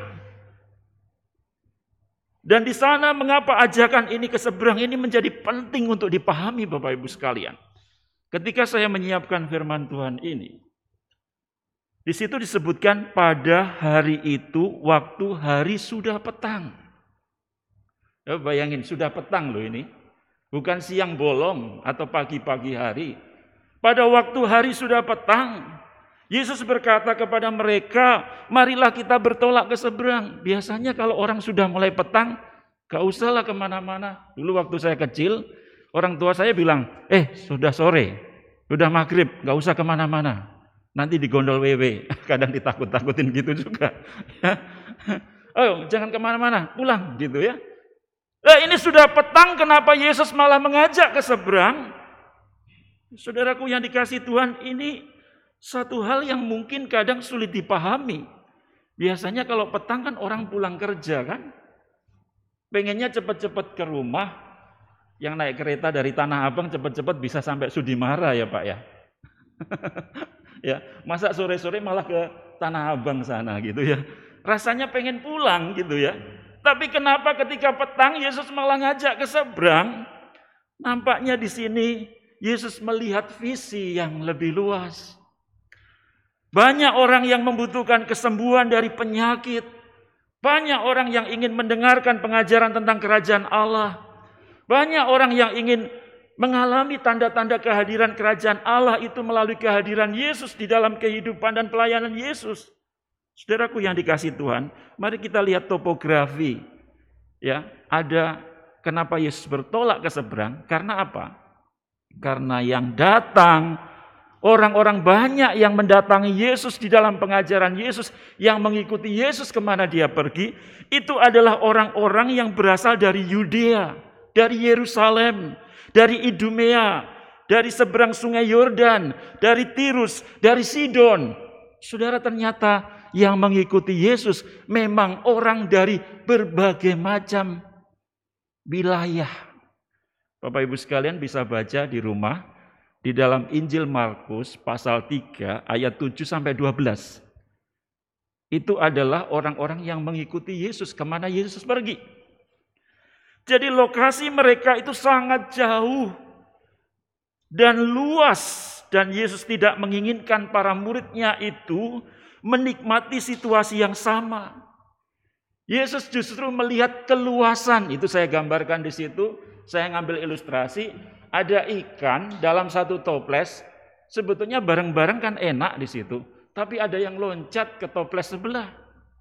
Dan di sana mengapa ajakan ini ke seberang ini menjadi penting untuk dipahami Bapak Ibu sekalian. Ketika saya menyiapkan firman Tuhan ini, di situ disebutkan pada hari itu waktu hari sudah petang. Ya, bayangin sudah petang loh ini. Bukan siang bolong atau pagi-pagi hari. Pada waktu hari sudah petang, Yesus berkata kepada mereka, marilah kita bertolak ke seberang. Biasanya kalau orang sudah mulai petang, gak usahlah kemana-mana. Dulu waktu saya kecil, orang tua saya bilang, eh sudah sore, sudah maghrib, gak usah kemana-mana. Nanti digondol wewe, kadang ditakut-takutin gitu juga. Oh jangan kemana-mana, pulang gitu ya. Nah, ini sudah petang, kenapa Yesus malah mengajak ke seberang? Saudaraku yang dikasihi Tuhan, ini satu hal yang mungkin kadang sulit dipahami. Biasanya kalau petang kan orang pulang kerja kan, pengennya cepat-cepat ke rumah. Yang naik kereta dari Tanah Abang cepat-cepat bisa sampai Sudimara ya Pak ya. Ya, masa sore-sore malah ke Tanah Abang sana gitu ya. Rasanya pengen pulang gitu ya. Tapi kenapa ketika petang Yesus malah ngajak ke seberang? Nampaknya di sini Yesus melihat visi yang lebih luas. Banyak orang yang membutuhkan kesembuhan dari penyakit. Banyak orang yang ingin mendengarkan pengajaran tentang kerajaan Allah. Banyak orang yang ingin mengalami tanda-tanda kehadiran kerajaan Allah itu melalui kehadiran Yesus di dalam kehidupan dan pelayanan Yesus. Saudaraku yang dikasihi Tuhan, mari kita lihat topografi. Ya, ada kenapa Yesus bertolak ke seberang? Karena apa? Karena yang datang, orang-orang banyak yang mendatangi Yesus di dalam pengajaran Yesus, yang mengikuti Yesus kemana dia pergi, itu adalah orang-orang yang berasal dari Yudea, dari Yerusalem, dari Idumea, dari seberang sungai Yordan, dari Tirus, dari Sidon. Saudara, ternyata yang mengikuti Yesus memang orang dari berbagai macam wilayah. Bapak Ibu sekalian bisa baca di rumah, di dalam Injil Markus pasal tiga ayat tujuh sampai dua belas. Itu adalah orang-orang yang mengikuti Yesus kemana Yesus pergi. Jadi lokasi mereka itu sangat jauh dan luas. Dan Yesus tidak menginginkan para muridnya itu menikmati situasi yang sama. Yesus justru melihat keluasan. Itu saya gambarkan di situ. Saya ngambil ilustrasi. Ada ikan dalam satu toples. Sebetulnya bareng-bareng kan enak di situ. Tapi ada yang loncat ke toples sebelah.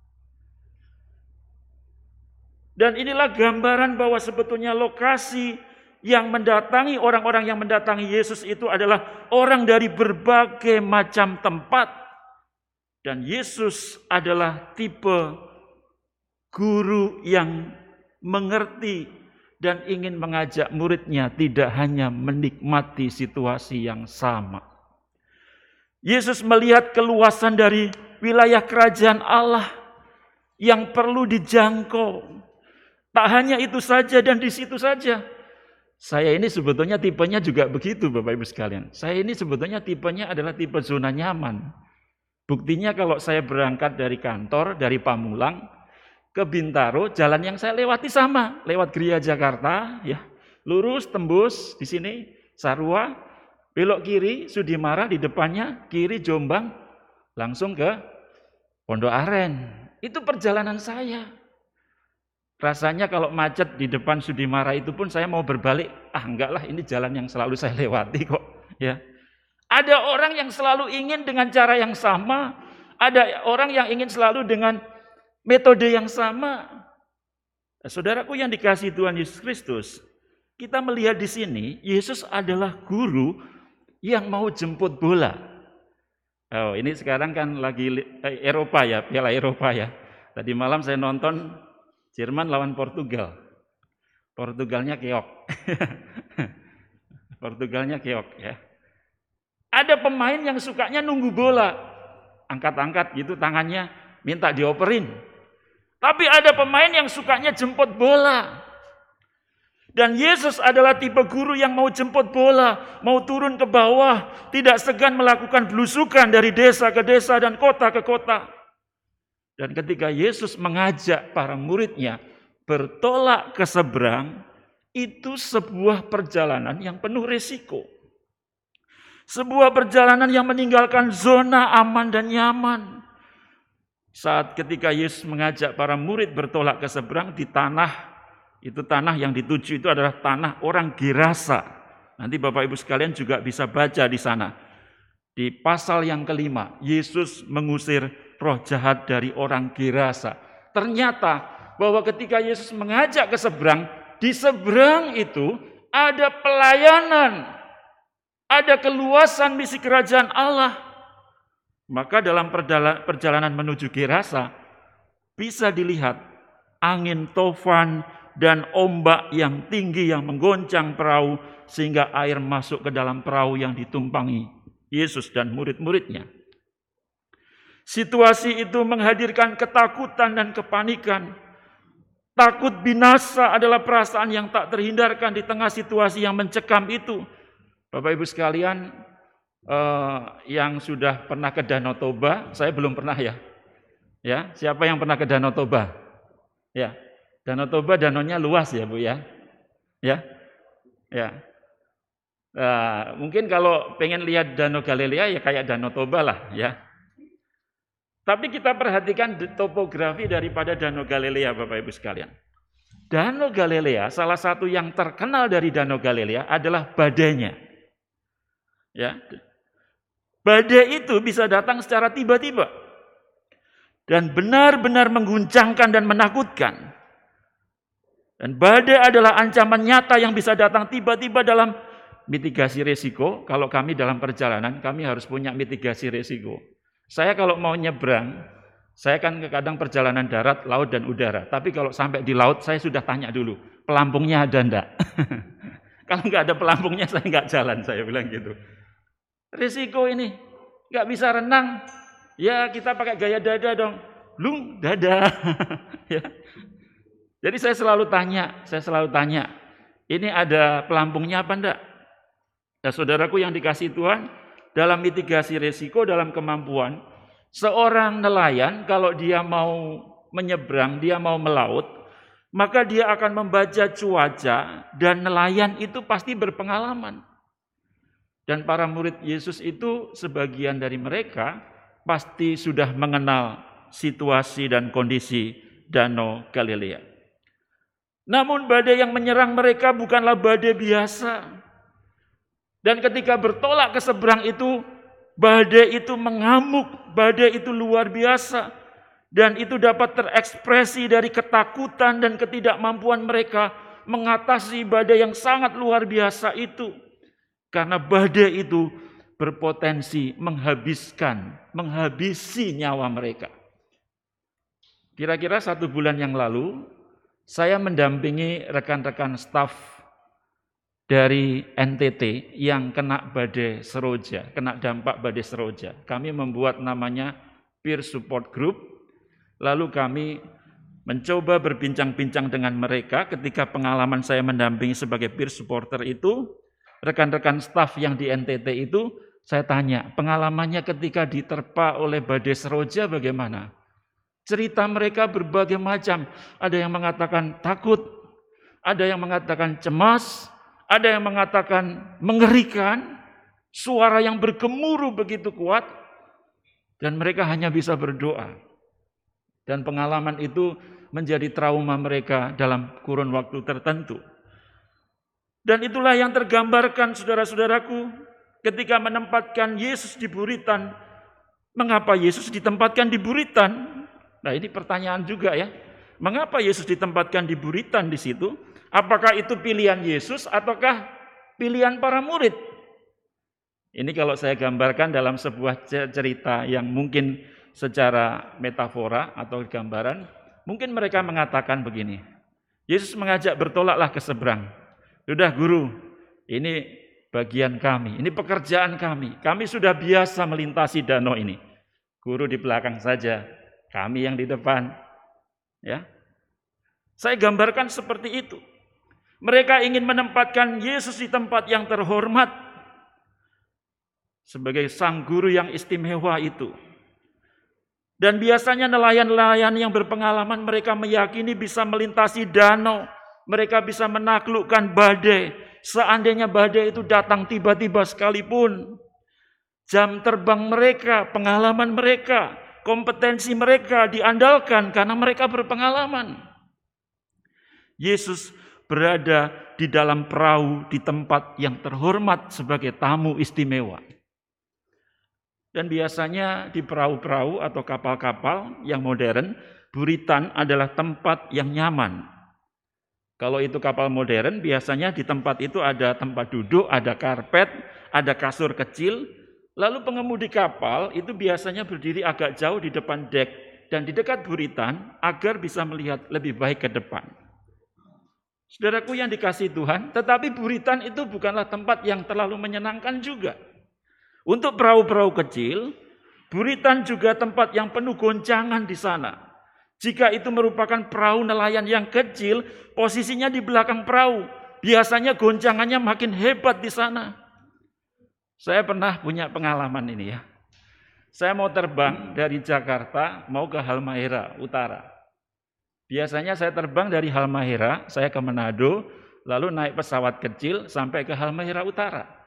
Dan inilah gambaran bahwa sebetulnya lokasi yang mendatangi orang-orang yang mendatangi Yesus itu adalah orang dari berbagai macam tempat. Dan Yesus adalah tipe guru yang mengerti dan ingin mengajak muridnya tidak hanya menikmati situasi yang sama. Yesus melihat keluasan dari wilayah kerajaan Allah yang perlu dijangkau. Tak hanya itu saja dan di situ saja. Saya ini sebetulnya tipenya juga begitu Bapak Ibu sekalian. Saya ini sebetulnya tipenya adalah tipe zona nyaman. Buktinya kalau saya berangkat dari kantor, dari Pamulang ke Bintaro, jalan yang saya lewati sama. Lewat Gria Jakarta, ya, lurus tembus di sini Sarua, belok kiri Sudimara, di depannya kiri Jombang, langsung ke Pondok Aren. Itu perjalanan saya. Rasanya kalau macet di depan Sudimara itu pun saya mau berbalik, ah enggak lah ini jalan yang selalu saya lewati kok. Ya, ada orang yang selalu ingin dengan cara yang sama, ada orang yang ingin selalu dengan metode yang sama. Nah, saudaraku yang dikasihi Tuhan Yesus Kristus, kita melihat di sini Yesus adalah guru yang mau jemput bola. Oh ini sekarang kan lagi Eropa ya, Piala Eropa ya. Tadi malam saya nonton Jerman lawan Portugal. Portugalnya keok. Portugalnya keok ya. Ada pemain yang sukanya nunggu bola. Angkat-angkat gitu tangannya, minta dioperin. Tapi ada pemain yang sukanya jemput bola. Dan Yesus adalah tipe guru yang mau jemput bola, mau turun ke bawah, tidak segan melakukan belusukan dari desa ke desa dan kota ke kota. Dan ketika Yesus mengajak para muridnya bertolak ke seberang, itu sebuah perjalanan yang penuh risiko. Sebuah perjalanan yang meninggalkan zona aman dan nyaman. Saat ketika Yesus mengajak para murid bertolak ke seberang di tanah, itu tanah yang dituju itu adalah tanah orang Gerasa. Nanti Bapak Ibu sekalian juga bisa baca di sana. Di pasal yang kelima, Yesus mengusir roh jahat dari orang Gerasa. Ternyata bahwa ketika Yesus mengajak ke seberang, di seberang itu ada pelayanan, ada keluasan misi kerajaan Allah. Maka dalam perjalanan menuju Gerasa bisa dilihat angin tofan dan ombak yang tinggi yang menggoncang perahu sehingga air masuk ke dalam perahu yang ditumpangi Yesus dan murid-muridnya. Situasi itu menghadirkan ketakutan dan kepanikan. Takut binasa adalah perasaan yang tak terhindarkan di tengah situasi yang mencekam itu. Bapak Ibu sekalian, eh, yang sudah pernah ke Danau Toba, saya belum pernah ya. Ya, siapa yang pernah ke Danau Toba? Ya. Danau Toba danaunya luas ya Bu ya, ya, ya. Nah, mungkin kalau pengen lihat Danau Galilea ya kayak Danau Toba lah ya. Tapi kita perhatikan topografi daripada Danau Galilea Bapak Ibu sekalian. Danau Galilea salah satu yang terkenal dari Danau Galilea adalah badainya. Ya, badai itu bisa datang secara tiba-tiba dan benar-benar mengguncangkan dan menakutkan. Dan badai adalah ancaman nyata yang bisa datang tiba-tiba dalam mitigasi risiko. Kalau kami dalam perjalanan, kami harus punya mitigasi risiko. Saya kalau mau nyebrang, saya kan kadang perjalanan darat, laut, dan udara. Tapi kalau sampai di laut, saya sudah tanya dulu, pelampungnya ada enggak? Kalau enggak ada pelampungnya, saya enggak jalan, saya bilang gitu. Risiko ini, enggak bisa renang, ya kita pakai gaya dada dong. Lung, dada. Ya. Jadi saya selalu tanya, saya selalu tanya, ini ada pelampungnya apa enggak? Nah, saudaraku yang dikasihi Tuhan, dalam mitigasi risiko, dalam kemampuan, seorang nelayan kalau dia mau menyeberang, dia mau melaut, maka dia akan membaca cuaca dan nelayan itu pasti berpengalaman. Dan para murid Yesus itu sebagian dari mereka pasti sudah mengenal situasi dan kondisi Danau Galilea. Namun badai yang menyerang mereka bukanlah badai biasa. Dan ketika bertolak ke seberang itu, badai itu mengamuk, badai itu luar biasa. Dan itu dapat terekspresi dari ketakutan dan ketidakmampuan mereka mengatasi badai yang sangat luar biasa itu. Karena badai itu berpotensi menghabiskan, menghabisi nyawa mereka. Kira-kira satu bulan yang lalu, saya mendampingi rekan-rekan staf dari N T T yang kena badai Seroja, kena dampak badai Seroja. Kami membuat namanya Peer Support Group, lalu kami mencoba berbincang-bincang dengan mereka ketika pengalaman saya mendampingi sebagai peer supporter itu, rekan-rekan staf yang di N T T itu, saya tanya, pengalamannya ketika diterpa oleh badai Seroja bagaimana? Cerita mereka berbagai macam. Ada yang mengatakan takut, ada yang mengatakan cemas, ada yang mengatakan mengerikan, suara yang bergemuruh begitu kuat, dan mereka hanya bisa berdoa. Dan pengalaman itu menjadi trauma mereka dalam kurun waktu tertentu. Dan itulah yang tergambarkan saudara-saudaraku ketika menempatkan Yesus di buritan. Mengapa Yesus ditempatkan di buritan? Nah, ini pertanyaan juga ya. Mengapa Yesus ditempatkan di buritan di situ? Apakah itu pilihan Yesus ataukah pilihan para murid? Ini kalau saya gambarkan dalam sebuah cerita yang mungkin secara metafora atau gambaran, mungkin mereka mengatakan begini, Yesus mengajak bertolaklah ke seberang. Sudah guru, ini bagian kami, ini pekerjaan kami. Kami sudah biasa melintasi danau ini. Guru di belakang saja, kami yang di depan. Ya, saya gambarkan seperti itu. Mereka ingin menempatkan Yesus di tempat yang terhormat sebagai sang guru yang istimewa itu. Dan biasanya nelayan-nelayan yang berpengalaman mereka meyakini bisa melintasi danau, mereka bisa menaklukkan badai. Seandainya badai itu datang tiba-tiba sekalipun, jam terbang mereka, pengalaman mereka, kompetensi mereka diandalkan karena mereka berpengalaman. Yesus berada di dalam perahu di tempat yang terhormat sebagai tamu istimewa. Dan biasanya di perahu-perahu atau kapal-kapal yang modern, buritan adalah tempat yang nyaman. Kalau itu kapal modern, biasanya di tempat itu ada tempat duduk, ada karpet, ada kasur kecil. Lalu pengemudi kapal itu biasanya berdiri agak jauh di depan dek dan di dekat buritan agar bisa melihat lebih baik ke depan. Saudaraku yang dikasihi Tuhan, tetapi buritan itu bukanlah tempat yang terlalu menyenangkan juga. Untuk perahu-perahu kecil, buritan juga tempat yang penuh goncangan di sana. Jika itu merupakan perahu nelayan yang kecil, posisinya di belakang perahu. Biasanya goncangannya makin hebat di sana. Saya pernah punya pengalaman ini ya. Saya mau terbang dari Jakarta mau ke Halmahera Utara. Biasanya saya terbang dari Halmahera, saya ke Manado, lalu naik pesawat kecil sampai ke Halmahera Utara.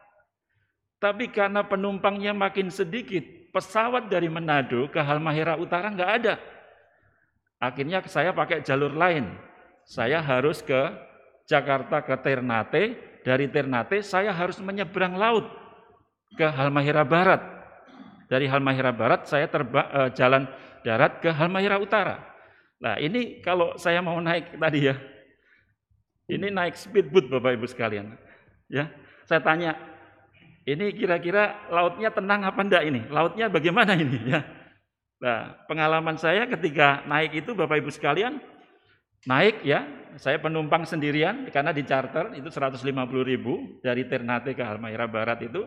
Tapi karena penumpangnya makin sedikit, pesawat dari Manado ke Halmahera Utara nggak ada. Akhirnya saya pakai jalur lain. Saya harus ke Jakarta ke Ternate, dari Ternate saya harus menyeberang laut ke Halmahera Barat. Dari Halmahera Barat saya terbang eh, jalan darat ke Halmahera Utara. Nah ini kalau saya mau naik tadi ya, ini naik speedboat Bapak Ibu sekalian. Ya, saya tanya, ini kira-kira lautnya tenang apa enggak ini? Lautnya bagaimana ini? Ya. Nah, pengalaman saya ketika naik itu Bapak Ibu sekalian, naik ya, saya penumpang sendirian karena di charter itu seratus lima puluh ribu dari Ternate ke Halmahera Barat itu.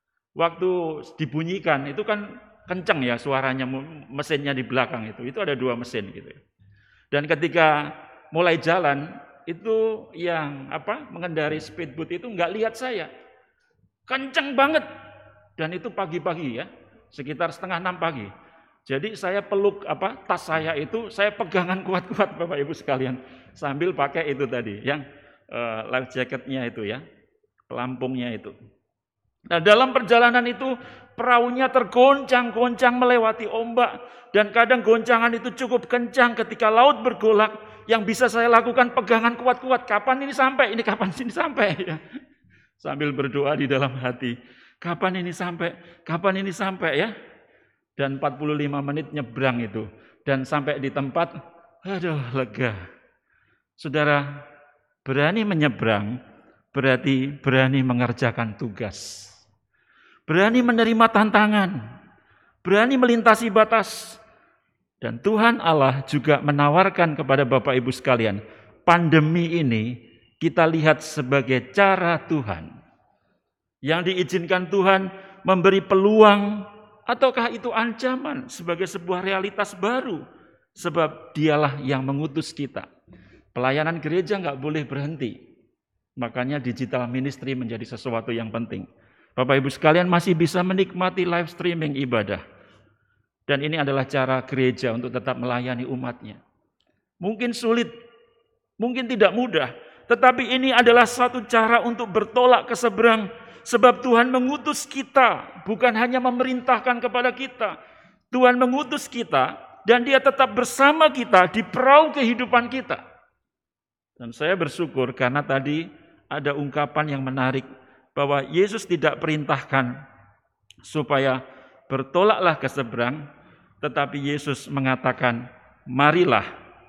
Waktu dibunyikan itu kan kenceng ya suaranya, mesinnya di belakang itu. Itu ada dua mesin gitu. Dan ketika mulai jalan itu yang apa mengendari speedboat itu nggak lihat saya. Kenceng banget. Dan itu pagi-pagi ya, sekitar setengah enam pagi. Jadi saya peluk apa tas saya itu, saya pegangan kuat-kuat Bapak Ibu sekalian. Sambil pakai itu tadi, yang uh, life jacketnya itu ya, pelampungnya itu. Nah dalam perjalanan itu perahunya tergoncang-goncang melewati ombak. Dan kadang goncangan itu cukup kencang ketika laut bergolak. Yang bisa saya lakukan pegangan kuat-kuat. Kapan ini sampai? Ini kapan ini sampai? Ya. Sambil berdoa di dalam hati. Kapan ini sampai? Kapan ini sampai ya? Dan empat puluh lima menit nyebrang itu. Dan sampai di tempat, aduh lega. Saudara, berani menyeberang berarti berani mengerjakan tugas. Berani menerima tantangan. Berani melintasi batas. Dan Tuhan Allah juga menawarkan kepada Bapak Ibu sekalian, pandemi ini kita lihat sebagai cara Tuhan. Yang diizinkan Tuhan memberi peluang, ataukah itu ancaman sebagai sebuah realitas baru. Sebab dialah yang mengutus kita. Pelayanan gereja nggak boleh berhenti. Makanya digital ministry menjadi sesuatu yang penting. Bapak Ibu sekalian masih bisa menikmati live streaming ibadah. Dan ini adalah cara gereja untuk tetap melayani umatnya. Mungkin sulit, mungkin tidak mudah. Tetapi ini adalah satu cara untuk bertolak ke seberang. Sebab Tuhan mengutus kita, bukan hanya memerintahkan kepada kita. Tuhan mengutus kita, dan Dia tetap bersama kita di perahu kehidupan kita. Dan saya bersyukur karena tadi ada ungkapan yang menarik, bahwa Yesus tidak perintahkan supaya bertolaklah ke seberang, tetapi Yesus mengatakan, marilah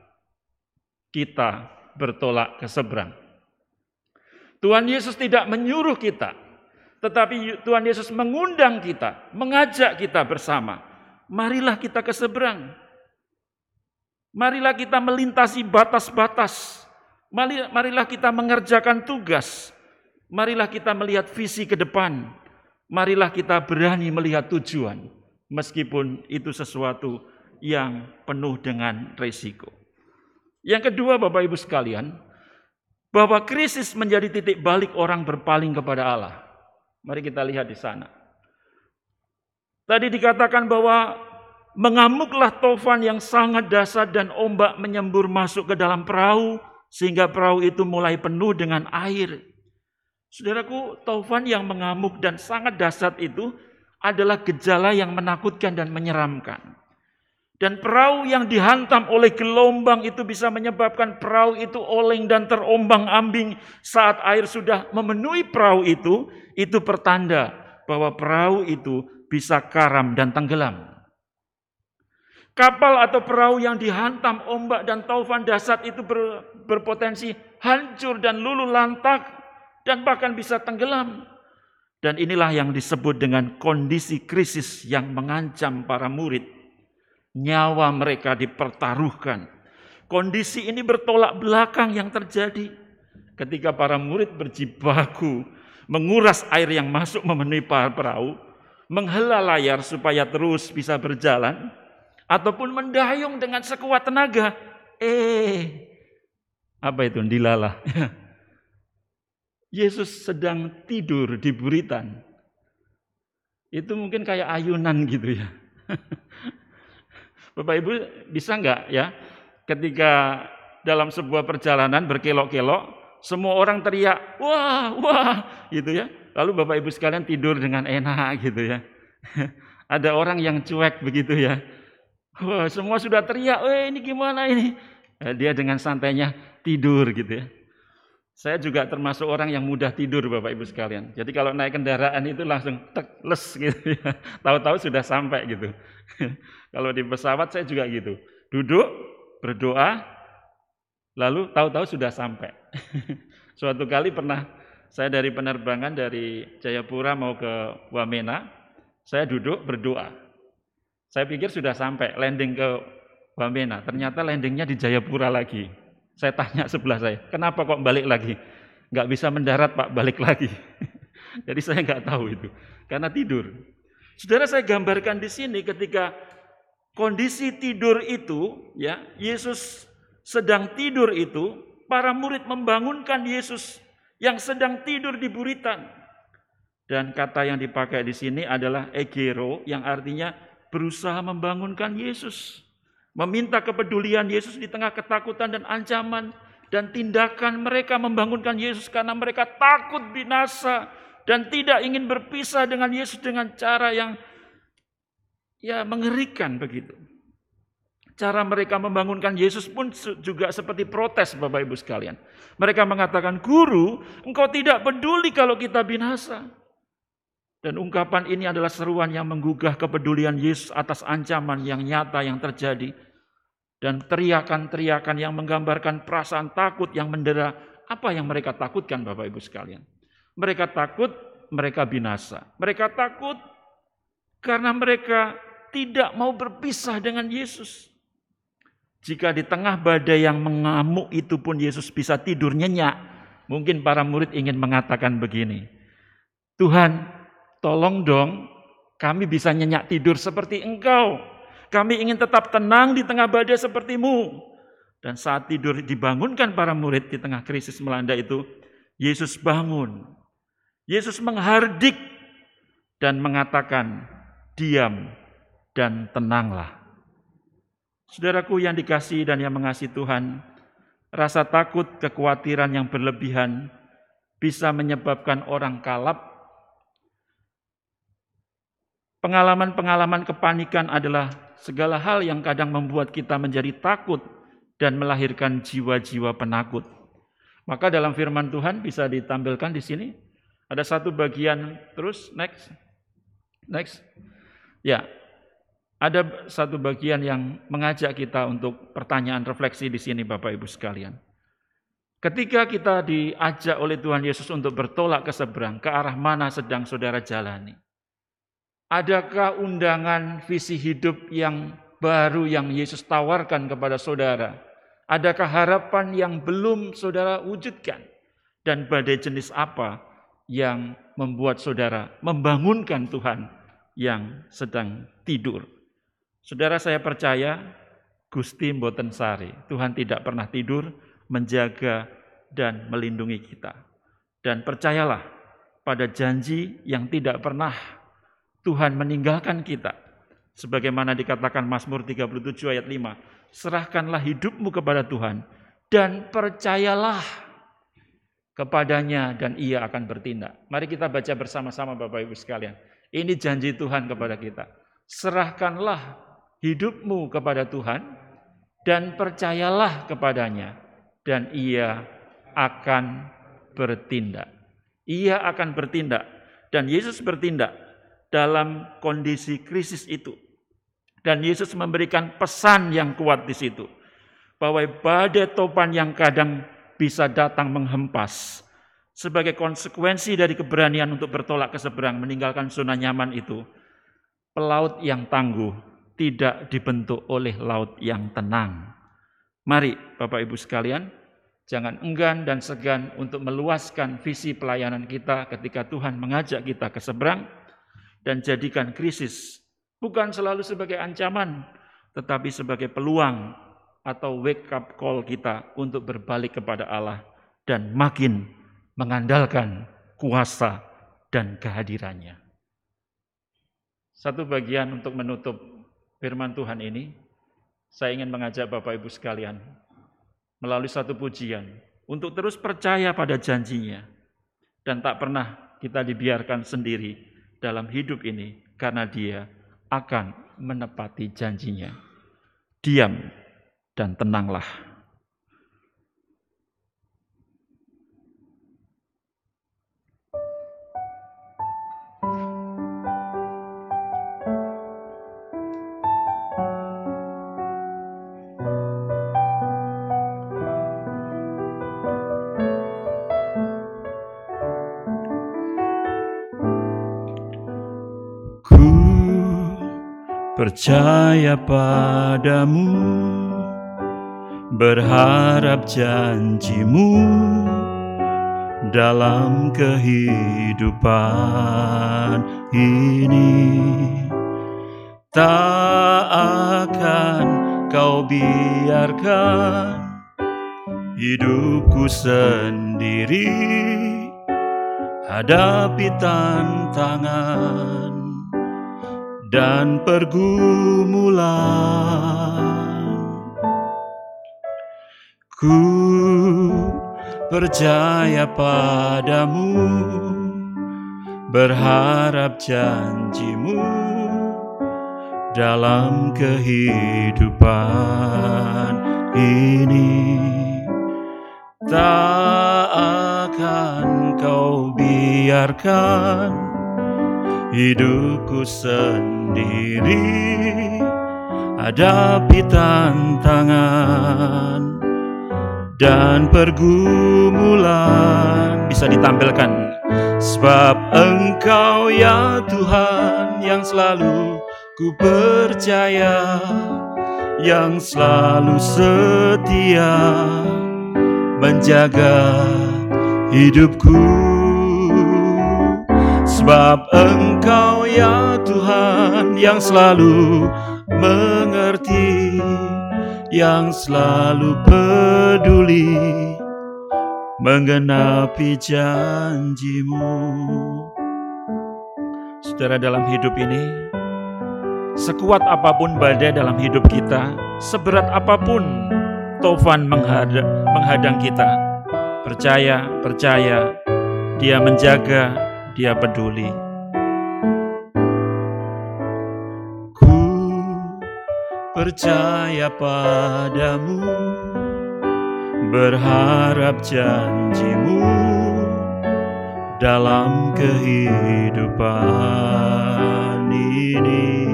kita bertolak ke seberang. Tuhan Yesus tidak menyuruh kita, tetapi Tuhan Yesus mengundang kita, mengajak kita bersama. marilah kita ke seberang. Marilah kita melintasi batas-batas. Marilah kita mengerjakan tugas. Marilah kita melihat visi ke depan. Marilah kita berani melihat tujuan. Meskipun itu sesuatu yang penuh dengan resiko. Yang kedua, Bapak Ibu sekalian, bahwa krisis menjadi titik balik orang berpaling kepada Allah. Mari kita lihat di sana. Tadi dikatakan bahwa mengamuklah tofan yang sangat dahsyat dan ombak menyembur masuk ke dalam perahu sehingga perahu itu mulai penuh dengan air. Saudaraku, tofan yang mengamuk dan sangat dahsyat itu adalah gejala yang menakutkan dan menyeramkan. Dan perahu yang dihantam oleh gelombang itu bisa menyebabkan perahu itu oleng dan terombang-ambing saat air sudah memenuhi perahu itu. Itu pertanda bahwa perahu itu bisa karam dan tenggelam. Kapal atau perahu yang dihantam ombak dan taufan dahsyat itu ber, berpotensi hancur dan luluh lantak dan bahkan bisa tenggelam. Dan inilah yang disebut dengan kondisi krisis yang mengancam para murid. Nyawa mereka dipertaruhkan. Kondisi ini bertolak belakang yang terjadi ketika para murid berjibaku menguras air yang masuk memenuhi perahu, menghela layar supaya terus bisa berjalan, ataupun mendayung dengan sekuat tenaga. Eh, apa itu? Dilalah. Yesus sedang tidur di buritan. Itu mungkin kayak ayunan gitu ya. Bapak Ibu bisa enggak ya, ketika dalam sebuah perjalanan berkelok-kelok, semua orang teriak, wah, wah, gitu ya. Lalu Bapak Ibu sekalian tidur dengan enak gitu ya. Ada orang yang cuek begitu ya. Wah, semua sudah teriak, eh ini gimana ini? Nah, dia dengan santainya tidur gitu ya. Saya juga termasuk orang yang mudah tidur Bapak Ibu sekalian. Jadi kalau naik kendaraan itu langsung tek, les gitu ya. Tahu-tahu sudah sampai gitu. Kalau di pesawat saya juga gitu. Duduk, berdoa, lalu tahu-tahu sudah sampai. Suatu kali pernah saya dari penerbangan dari Jayapura mau ke Wamena, saya duduk berdoa. Saya pikir sudah sampai landing ke Wamena, ternyata landingnya di Jayapura lagi. Saya tanya sebelah saya, kenapa kok balik lagi? Nggak bisa mendarat Pak, balik lagi. Jadi saya nggak tahu itu, karena tidur. Saudara, saya gambarkan di sini ketika kondisi tidur itu, ya Yesus sedang tidur itu, para murid membangunkan Yesus yang sedang tidur di buritan. Dan kata yang dipakai di sini adalah egero, yang artinya berusaha membangunkan Yesus. Meminta kepedulian Yesus di tengah ketakutan dan ancaman. Dan tindakan mereka membangunkan Yesus karena mereka takut binasa. Dan tidak ingin berpisah dengan Yesus dengan cara yang ya mengerikan begitu. Cara mereka membangunkan Yesus pun juga seperti protes Bapak Ibu sekalian. Mereka mengatakan, Guru, engkau tidak peduli kalau kita binasa. Dan ungkapan ini adalah seruan yang menggugah kepedulian Yesus atas ancaman yang nyata yang terjadi. Dan teriakan-teriakan yang menggambarkan perasaan takut yang mendera. Apa yang mereka takutkan Bapak Ibu sekalian? Mereka takut mereka binasa. Mereka takut karena mereka tidak mau berpisah dengan Yesus. Jika di tengah badai yang mengamuk itu pun Yesus bisa tidur nyenyak. Mungkin para murid ingin mengatakan begini. Tuhan, tolong dong, kami bisa nyenyak tidur seperti Engkau. Kami ingin tetap tenang di tengah badai sepertimu. Dan saat tidur dibangunkan para murid di tengah krisis melanda itu, Yesus bangun. Yesus menghardik dan mengatakan, diam dan tenanglah. Saudaraku yang dikasihi dan yang mengasihi Tuhan, rasa takut, kekhawatiran yang berlebihan bisa menyebabkan orang kalap. Pengalaman-pengalaman kepanikan adalah segala hal yang kadang membuat kita menjadi takut dan melahirkan jiwa-jiwa penakut. Maka dalam firman Tuhan bisa ditampilkan di sini. Ada satu bagian terus, next. Next. Ya, ada satu bagian yang mengajak kita untuk pertanyaan refleksi di sini Bapak Ibu sekalian. Ketika kita diajak oleh Tuhan Yesus untuk bertolak ke seberang, ke arah mana sedang saudara jalani? Adakah undangan visi hidup yang baru yang Yesus tawarkan kepada saudara? Adakah harapan yang belum saudara wujudkan? Dan badai jenis apa yang membuat saudara membangunkan Tuhan yang sedang tidur? Saudara, saya percaya Gusti mboten sari. Tuhan tidak pernah tidur, menjaga dan melindungi kita. Dan percayalah pada janji yang tidak pernah Tuhan meninggalkan kita. Sebagaimana dikatakan Mazmur tiga puluh tujuh ayat lima. Serahkanlah hidupmu kepada Tuhan dan percayalah kepadanya dan ia akan bertindak. Mari kita baca bersama-sama Bapak Ibu sekalian. Ini janji Tuhan kepada kita. Serahkanlah hidupmu kepada Tuhan dan percayalah kepadanya dan ia akan bertindak. Ia akan bertindak dan Yesus bertindak dalam kondisi krisis itu. Dan Yesus memberikan pesan yang kuat di situ. Bahwa badai topan yang kadang bisa datang menghempas. Sebagai konsekuensi dari keberanian untuk bertolak ke seberang, meninggalkan zona nyaman itu. Pelaut yang tangguh tidak dibentuk oleh laut yang tenang. Mari Bapak Ibu sekalian, jangan enggan dan segan untuk meluaskan visi pelayanan kita ketika Tuhan mengajak kita ke seberang. Dan jadikan krisis bukan selalu sebagai ancaman, tetapi sebagai peluang atau wake up call kita untuk berbalik kepada Allah dan makin mengandalkan kuasa dan kehadirannya. Satu bagian untuk menutup firman Tuhan ini, saya ingin mengajak Bapak Ibu sekalian melalui satu pujian untuk terus percaya pada janjinya dan tak pernah kita dibiarkan sendiri dalam hidup ini, karena Dia akan menepati janjinya. Diam dan tenanglah. Percaya padamu, berharap janjimu dalam kehidupan ini. Tak akan kau biarkan hidupku sendiri hadapi tantangan dan pergumulan. Ku percaya padamu, berharap janjimu dalam kehidupan ini. Tak akan kau biarkan hidupku sendiri hadapi tantangan dan pergumulan. Bisa ditampilkan. Sebab Engkau ya Tuhan yang selalu ku percaya, yang selalu setia menjaga hidupku. Sebab Engkau ya Tuhan yang selalu mengerti, yang selalu peduli menggenapi janjimu. Saudara, dalam hidup ini, sekuat apapun badai dalam hidup kita, seberat apapun topan menghadang, menghadang kita, percaya, percaya, Dia menjaga, Dia peduli. Ku percaya padamu, berharap janjimu dalam kehidupan ini.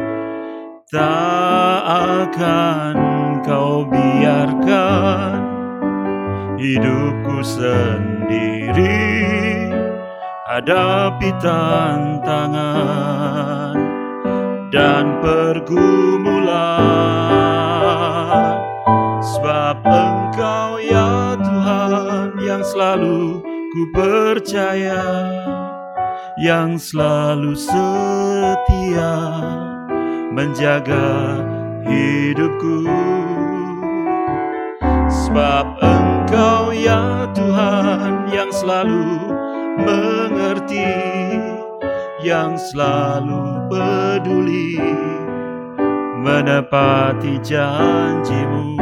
Tak akan kau biarkan hidupku sendiri hadapi tantangan dan pergumulan, sebab Engkau ya Tuhan yang selalu ku percaya, yang selalu setia menjaga hidupku. Sebab Engkau ya Tuhan yang selalu mengerti, yang selalu peduli menepati janji-Mu.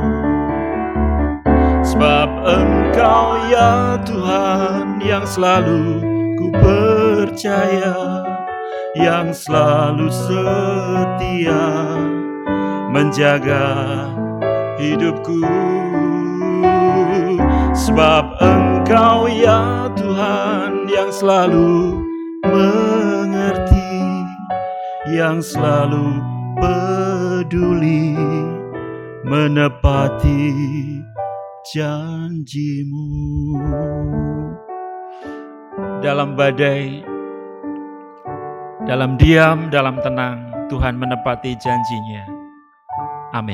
Sebab Engkau ya Tuhan yang selalu ku percaya, yang selalu setia menjaga hidupku. Sebab Engkau ya Tuhan yang selalu mengerti, yang selalu peduli menepati janji-Mu. Dalam badai, dalam diam, dalam tenang, Tuhan menepati janji-Nya. Amin.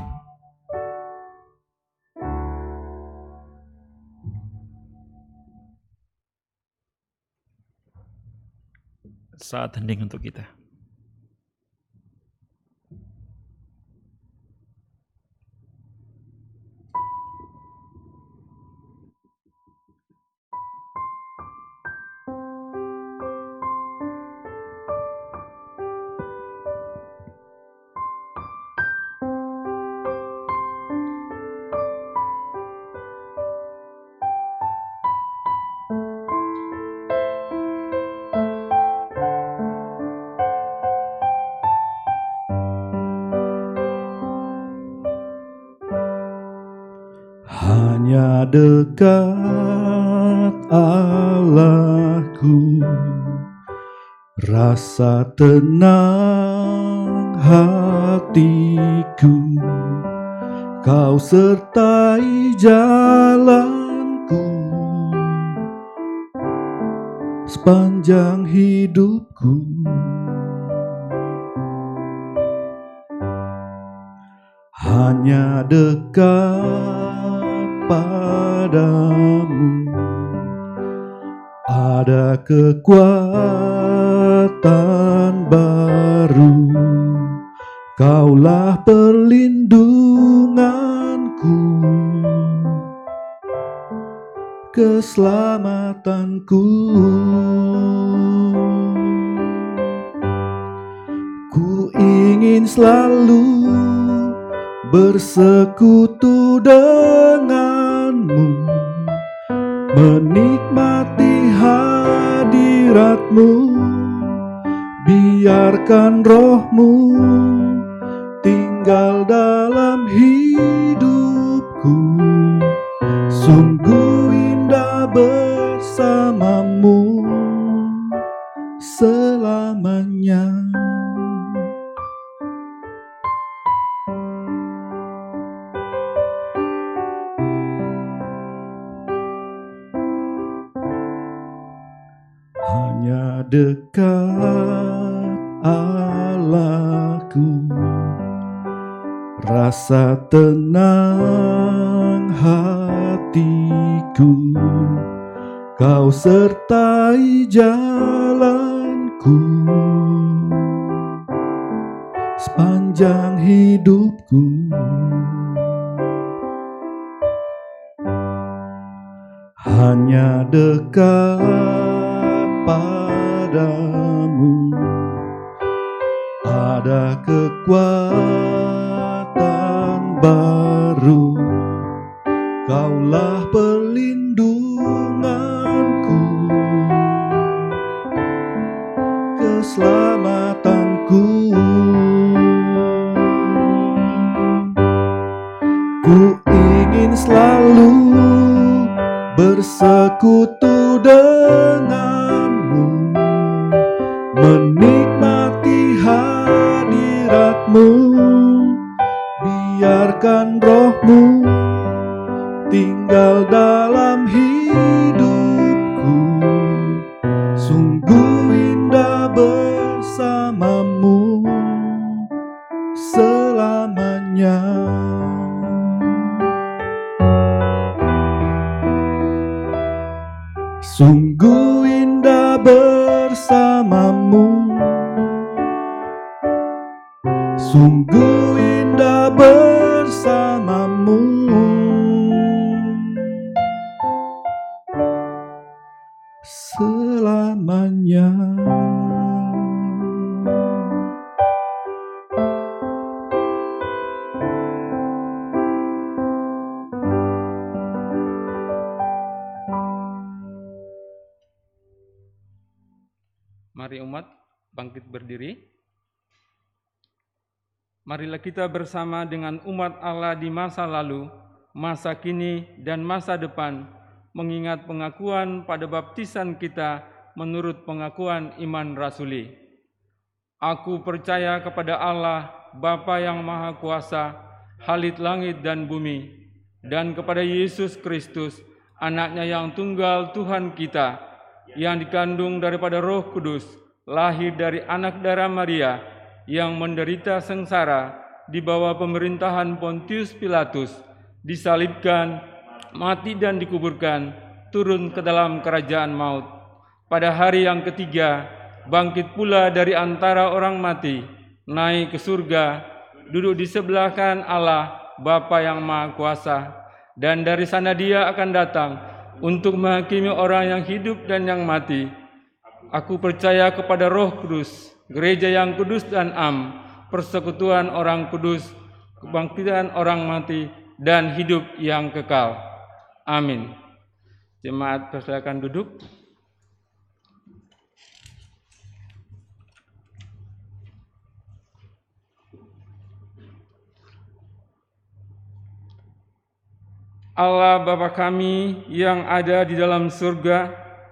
Saat hening untuk kita. Hanya dekat Allahku, rasa tenang hatiku. Kau sertai jalanku sepanjang hidupku. Hanya dekat padamu ada kekuatan baru. Kaulah perlindunganku, keselamatanku. Ku ingin selalu bersekutu denganmu, menikmati hadiratmu. Biarkan rohmu tinggal dalam hidupku. Sungguh indah bersamamu selamanya. Hanya dekat Allahku, rasa tenang hatiku. Kau sertai jalanku sepanjang hidupku. Hanya dekat padamu ada kekuatan baru. Kaulah perlindunganku, keselamatanku. Ku ingin selalu bersekutu denganmu, menikmati hadiratmu. Biarkan rohmu tinggal dalam hidupku. Sungguh indah bersamamu selamanya. Sungguh indah bersamamu, sungguh indah bersamamu selamanya. Mari umat bangkit berdiri. Marilah kita bersama dengan umat Allah di masa lalu, masa kini, dan masa depan, mengingat pengakuan pada baptisan kita menurut pengakuan iman rasuli. Aku percaya kepada Allah, Bapa yang Maha Kuasa, Khalid langit dan bumi, dan kepada Yesus Kristus, Anaknya yang tunggal Tuhan kita, yang dikandung daripada Roh Kudus, lahir dari anak darah Maria, yang menderita sengsara di bawah pemerintahan Pontius Pilatus, disalibkan, mati dan dikuburkan, turun ke dalam kerajaan maut. Pada hari yang ketiga, bangkit pula dari antara orang mati, naik ke surga, duduk di sebelah kanan Allah, Bapa yang Maha Kuasa, dan dari sana Dia akan datang untuk menghakimi orang yang hidup dan yang mati. Aku percaya kepada Roh Kudus, gereja yang kudus dan am, persekutuan orang kudus, kebangkitan orang mati, dan hidup yang kekal. Amin. Jemaat persilakan duduk. Allah Bapa kami yang ada di dalam surga,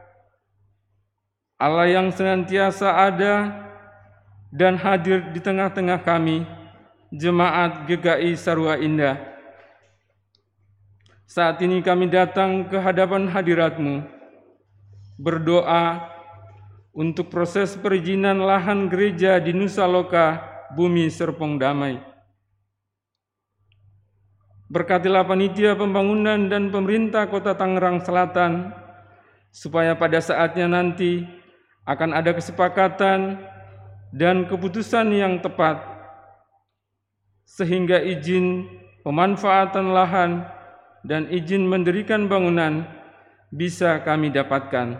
Allah yang senantiasa ada dan hadir di tengah-tengah kami, jemaat G K I Sarua Indah. Saat ini kami datang ke hadapan hadirat-Mu, berdoa untuk proses perizinan lahan gereja di Nusa Loka, Bumi Serpong Damai. Berkatilah panitia pembangunan dan pemerintah Kota Tangerang Selatan, supaya pada saatnya nanti akan ada kesepakatan dan keputusan yang tepat, sehingga izin pemanfaatan lahan dan izin mendirikan bangunan bisa kami dapatkan.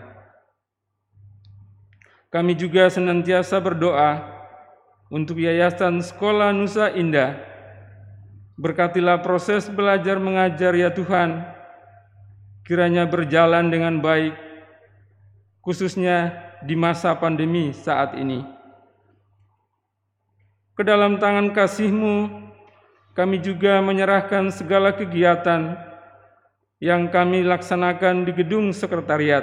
Kami juga senantiasa berdoa untuk Yayasan Sekolah Nusa Indah. Berkatilah proses belajar mengajar ya Tuhan, kiranya berjalan dengan baik, khususnya di masa pandemi saat ini. Ke dalam tangan kasih-Mu, kami juga menyerahkan segala kegiatan yang kami laksanakan di gedung sekretariat.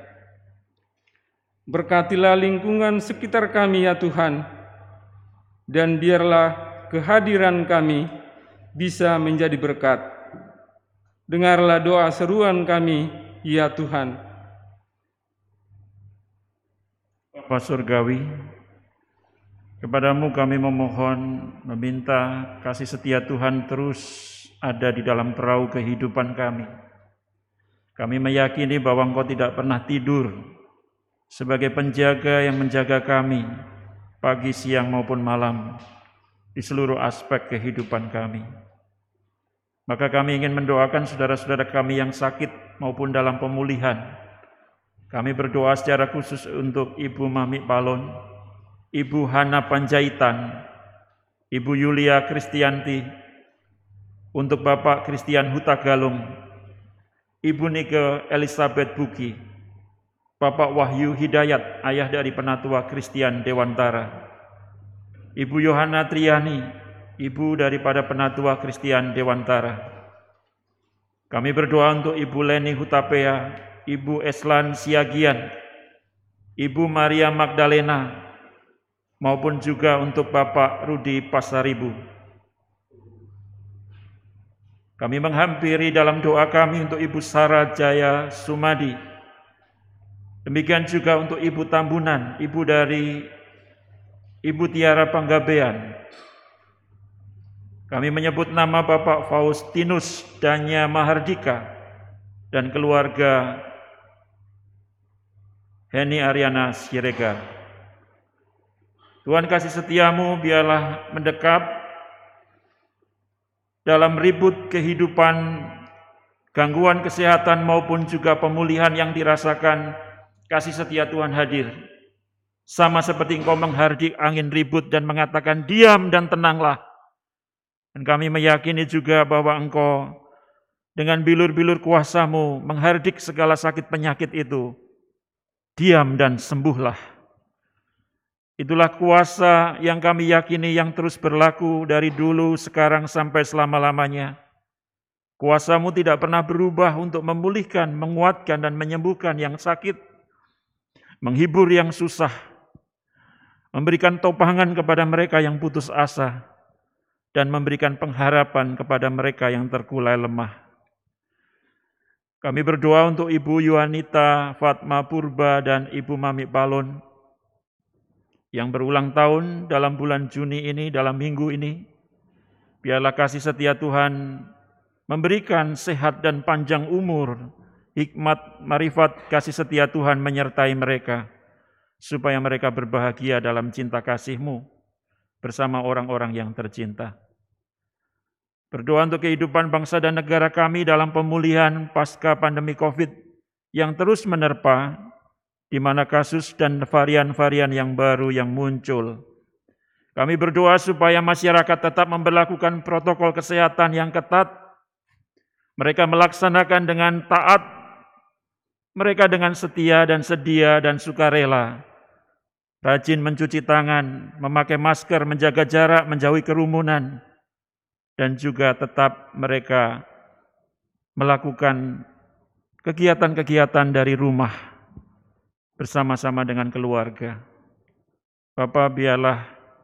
Berkatilah lingkungan sekitar kami ya Tuhan, dan biarlah kehadiran kami bisa menjadi berkat. Dengarlah doa seruan kami, ya Tuhan. Bapa Surgawi, kepadamu kami memohon, meminta kasih setia Tuhan terus ada di dalam perahu kehidupan kami. Kami meyakini bahwa Engkau tidak pernah tidur sebagai penjaga yang menjaga kami pagi, siang maupun malam di seluruh aspek kehidupan kami. Maka kami ingin mendoakan saudara-saudara kami yang sakit maupun dalam pemulihan. Kami berdoa secara khusus untuk Ibu Mami Palon, Ibu Hana Panjaitan, Ibu Yulia Kristianti, untuk Bapak Christian Hutagalung, Ibu Nike Elizabeth Buki, Bapak Wahyu Hidayat, ayah dari Penatua Christian Dewantara, Ibu Yohana Triani, Ibu daripada Penatua Christian Dewantara. Kami berdoa untuk Ibu Leni Hutapea, Ibu Eslan Siagian, Ibu Maria Magdalena, maupun juga untuk Bapak Rudi Pasaribu. Kami menghampiri dalam doa kami untuk Ibu Sarah Jaya Sumadi, Demikian juga untuk Ibu Tambunan, ibu dari Ibu Tiara Panggabean. Kami menyebut nama Bapak Faustinus Danya Mahardika dan keluarga Heni Ariana Siregar. Tuhan, kasih setiamu biarlah mendekap dalam ribut kehidupan, gangguan kesehatan maupun juga pemulihan yang dirasakan. Kasih setia Tuhan hadir. Sama seperti Engkau menghardik angin ribut dan mengatakan diam dan tenanglah. Dan kami meyakini juga bahwa Engkau dengan bilur-bilur kuasa-Mu menghardik segala sakit penyakit itu. Diam dan sembuhlah. Itulah kuasa yang kami yakini yang terus berlaku dari dulu, sekarang, sampai selama-lamanya. Kuasa-Mu tidak pernah berubah untuk memulihkan, menguatkan, dan menyembuhkan yang sakit, menghibur yang susah, memberikan topangan kepada mereka yang putus asa, dan memberikan pengharapan kepada mereka yang terkulai lemah. Kami berdoa untuk Ibu Yuanita Fatma Purba dan Ibu Mami Palon yang berulang tahun dalam bulan Juni ini, dalam minggu ini. Biarlah kasih setia Tuhan memberikan sehat dan panjang umur, hikmat, marifat, kasih setia Tuhan menyertai mereka, supaya mereka berbahagia dalam cinta kasih-Mu bersama orang-orang yang tercinta. Berdoa untuk kehidupan bangsa dan negara kami dalam pemulihan pasca pandemi COVID yang terus menerpa, di mana kasus dan varian-varian yang baru yang muncul. Kami berdoa supaya masyarakat tetap memberlakukan protokol kesehatan yang ketat. Mereka melaksanakan dengan taat, mereka dengan setia dan sedia dan sukarela, rajin mencuci tangan, memakai masker, menjaga jarak, menjauhi kerumunan, dan juga tetap mereka melakukan kegiatan-kegiatan dari rumah bersama-sama dengan keluarga. Bapa, biarlah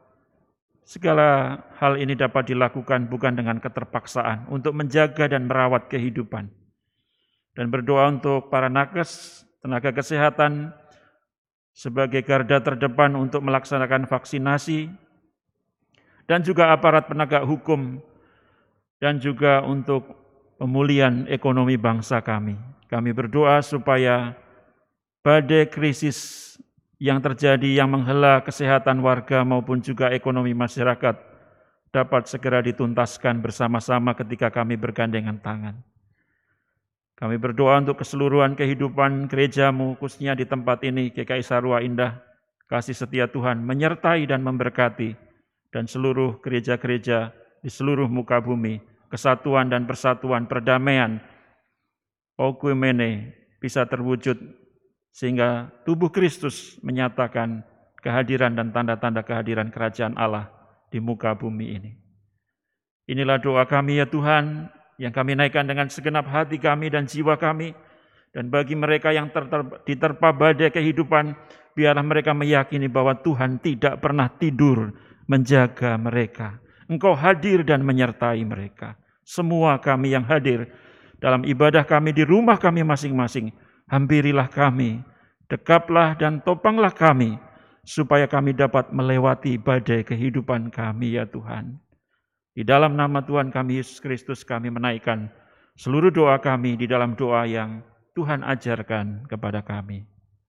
segala hal ini dapat dilakukan bukan dengan keterpaksaan, untuk menjaga dan merawat kehidupan. Dan berdoa untuk para nakes, tenaga kesehatan, sebagai garda terdepan untuk melaksanakan vaksinasi, dan juga aparat penegak hukum, dan juga untuk pemulihan ekonomi bangsa kami. Kami berdoa supaya badai krisis yang terjadi yang menghela kesehatan warga maupun juga ekonomi masyarakat dapat segera dituntaskan bersama-sama ketika kami bergandengan tangan. Kami berdoa untuk keseluruhan kehidupan gereja-Mu, khususnya di tempat ini, G K I Sarua Indah. Kasih setia Tuhan menyertai dan memberkati, dan seluruh gereja-gereja di seluruh muka bumi, kesatuan dan persatuan, perdamaian, oikumene bisa terwujud, sehingga tubuh Kristus menyatakan kehadiran dan tanda-tanda kehadiran kerajaan Allah di muka bumi ini. Inilah doa kami ya Tuhan, yang kami naikkan dengan segenap hati kami dan jiwa kami. Dan bagi mereka yang diterpa badai kehidupan, biarlah mereka meyakini bahwa Tuhan tidak pernah tidur menjaga mereka. Engkau hadir dan menyertai mereka. Semua kami yang hadir dalam ibadah kami di rumah kami masing-masing, hampirilah kami, dekaplah dan topanglah kami, supaya kami dapat melewati badai kehidupan kami ya Tuhan. Di dalam nama Tuhan kami Yesus Kristus kami menaikkan seluruh doa kami di dalam doa yang Tuhan ajarkan kepada kami.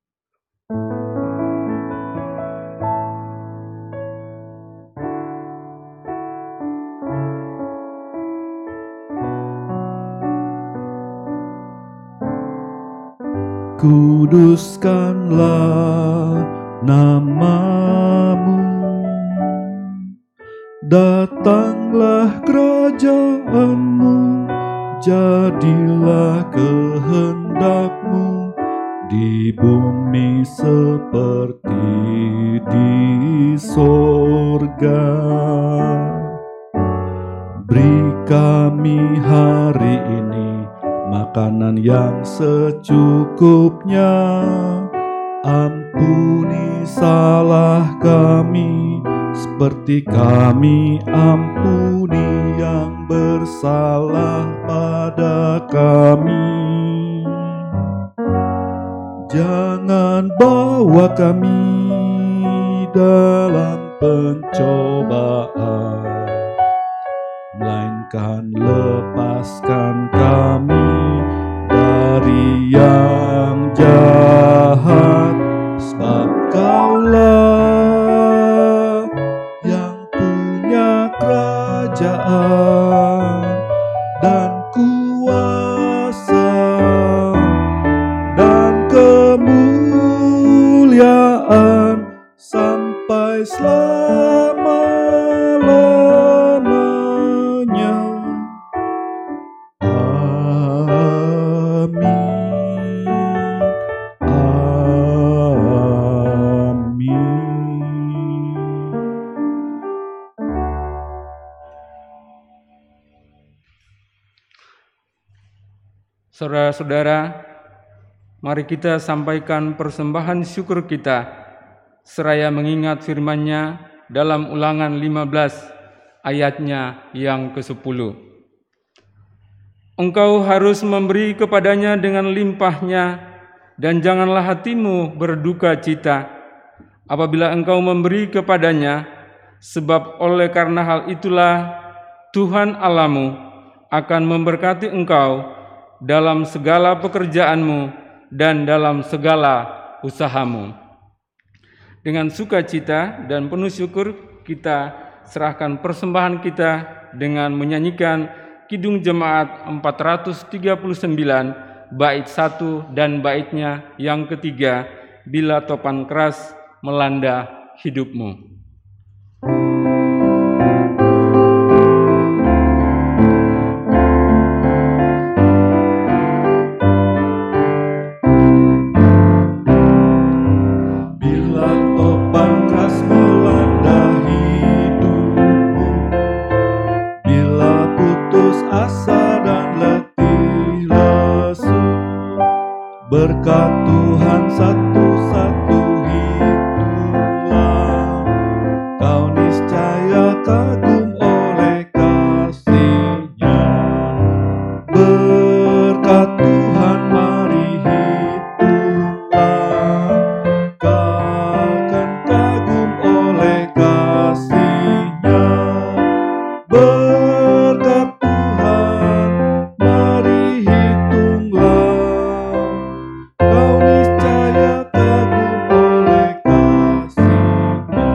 Kuduskanlah nama-Mu, datanglah kerajaan-Mu, jadilah kehendak-Mu di bumi seperti di sorga. Beri kami hari ini makanan yang secukupnya, ampuni salah kami, seperti kami ampuni yang bersalah pada kami. Jangan Jangan bawa kami dalam pencobaan, melainkan lepaskan kami dari yang jahat, sebab Kaulah yang punya kerajaan dan kuasa dan kemuliaan sampai selama-lamanya. Amin. Saudara-saudara, mari kita sampaikan persembahan syukur kita seraya mengingat firman-Nya dalam Ulangan lima belas ayatnya yang kesepuluh. Engkau harus memberi kepadanya dengan limpahnya, dan janganlah hatimu berduka cita apabila engkau memberi kepadanya, sebab oleh karena hal itulah Tuhan Allahmu akan memberkati engkau dalam segala pekerjaanmu dan dalam segala usahamu. Dengan sukacita dan penuh syukur kita serahkan persembahan kita dengan menyanyikan Kidung Jemaat empat ratus tiga puluh sembilan bait satu dan baitnya yang ketiga, Bila Topan Keras Melanda Hidupmu. Berkat Tuhan satu-satu hitunglah, kau niscaya kagum oleh kasih-Nya. Berkat Tuhan mari hitunglah, kau kan kagum oleh kasih-Nya. Berkat Tuhan mari hitunglah, kau niscaya kagum oleh kasih-Nya.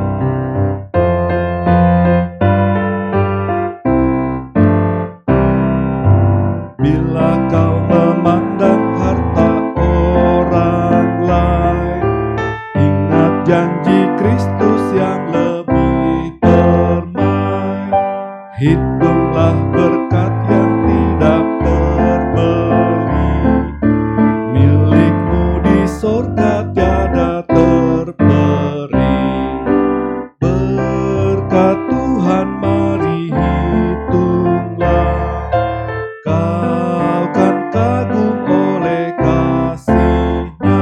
Bila kau memandang harta orang lain, ingat janji Kristus yang lebih permai. Hitunglah berkat yang tidak terbeli, milikmu di sorga tiada terperi. Berkat Tuhan mari hitunglah, kau kan kagum oleh kasih-Nya.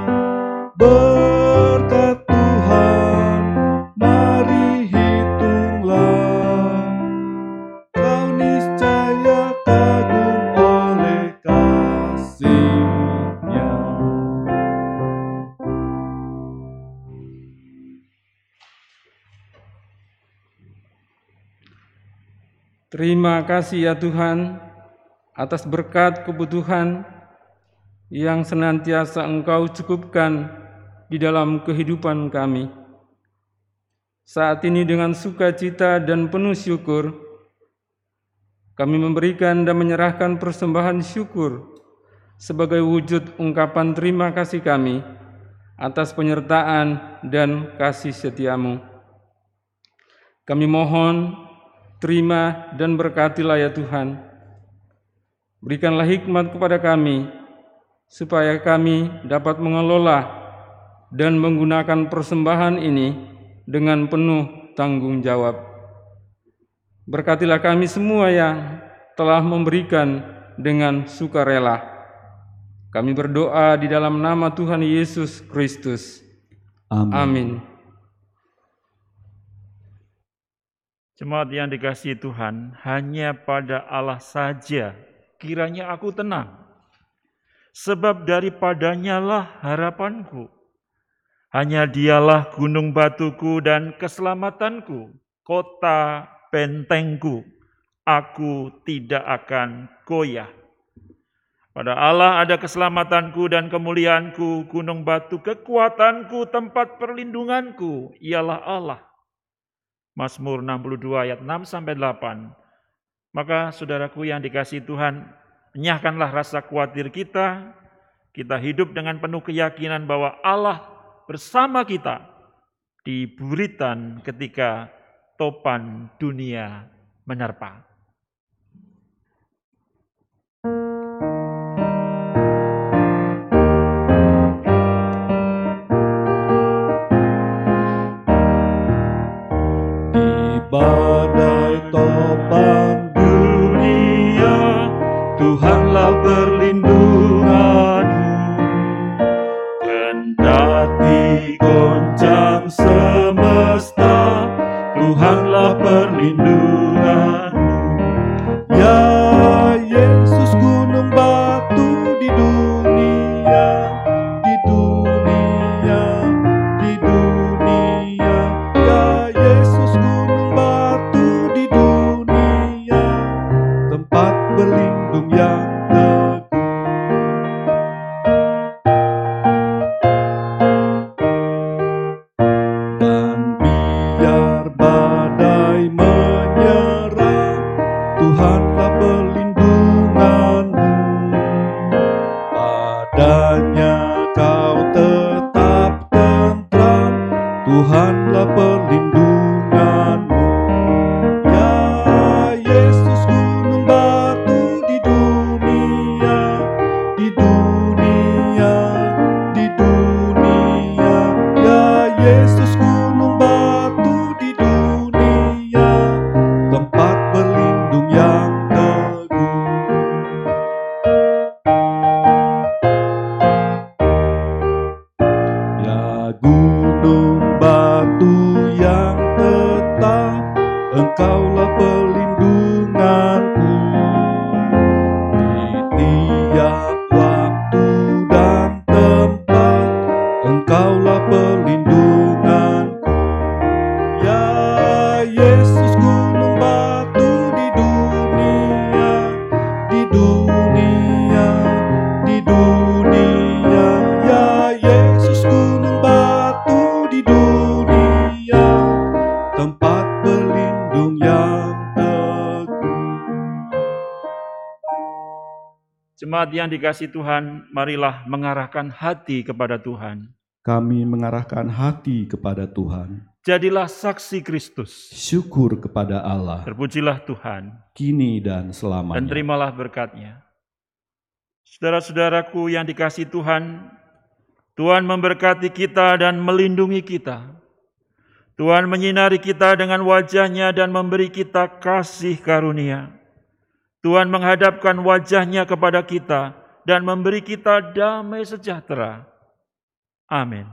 Berkat Tuhan mari hitunglah, kau niscaya kagum oleh kasih-Nya. Terima kasih ya Tuhan atas berkat kebutuhan yang senantiasa Engkau cukupkan di dalam kehidupan kami. Saat ini dengan sukacita dan penuh syukur, kami memberikan dan menyerahkan persembahan syukur sebagai wujud ungkapan terima kasih kami atas penyertaan dan kasih setia-Mu. Kami mohon, terima dan berkatilah ya Tuhan. Berikanlah hikmat kepada kami, supaya kami dapat mengelola dan menggunakan persembahan ini dengan penuh tanggung jawab. Berkatilah kami semua yang telah memberikan dengan sukarela. Kami berdoa di dalam nama Tuhan Yesus Kristus. Amin. Amin. Jemaat yang dikasihi Tuhan, hanya pada Allah saja kiranya aku tenang. sebab daripadanya lah harapanku. Hanya dialah gunung batuku dan keselamatanku, kota bentengku. Aku tidak akan goyah. Pada Allah ada keselamatanku dan kemuliaanku, gunung batu kekuatanku, tempat perlindunganku, ialah Allah. Mazmur enam puluh dua ayat enam sampai delapan. Maka saudaraku yang dikasihi Tuhan, enyahkanlah rasa khawatir kita. Kita hidup dengan penuh keyakinan bahwa Allah bersama kita di buritan ketika topan dunia menerpa. Di badai topan dunia, Tuhanlah perlindunganmu. Kendati goncang semesta, Tuhanlah perlindunganmu. Ya Yesus, gunung batu di dunia, di dunia, di dunia. Ya Yesus, gunung batu di dunia, tempat berlindung yang teguh. Dan biar badai menyerang, Tuhanlah perlindunganmu. Padanya kau tetap tentram, Tuhanlah perlindunganmu. Ya Yesus, gunung batu di dunia, di dunia, di dunia. Ya Yesus, gunung batu di dunia, tempat berlindung yang teguh. Ya gunung batu yang tetap, Engkaulah perlindunganku. Di tiap waktu dan tempat, Engkaulah perlindunganku. Ya Yesus, gunung batu di dunia, di dunia, di dunia. Ya Yesus, gunung batu di dunia, tempat berlindung yang teguh. Jemaat yang dikasihi Tuhan, marilah mengarahkan hati kepada Tuhan. Kami mengarahkan hati kepada Tuhan. Jadilah saksi Kristus. Syukur kepada Allah, Terpujilah Tuhan kini dan dan selamanya. terimalah berkat-Nya. Saudara-saudaraku yang dikasihi Tuhan, Tuhan memberkati kita dan melindungi kita. Tuhan menyinari kita dengan wajah-Nya dan memberi kita kasih karunia. Tuhan menghadapkan wajah-Nya kepada kita dan memberi kita damai sejahtera. Amin.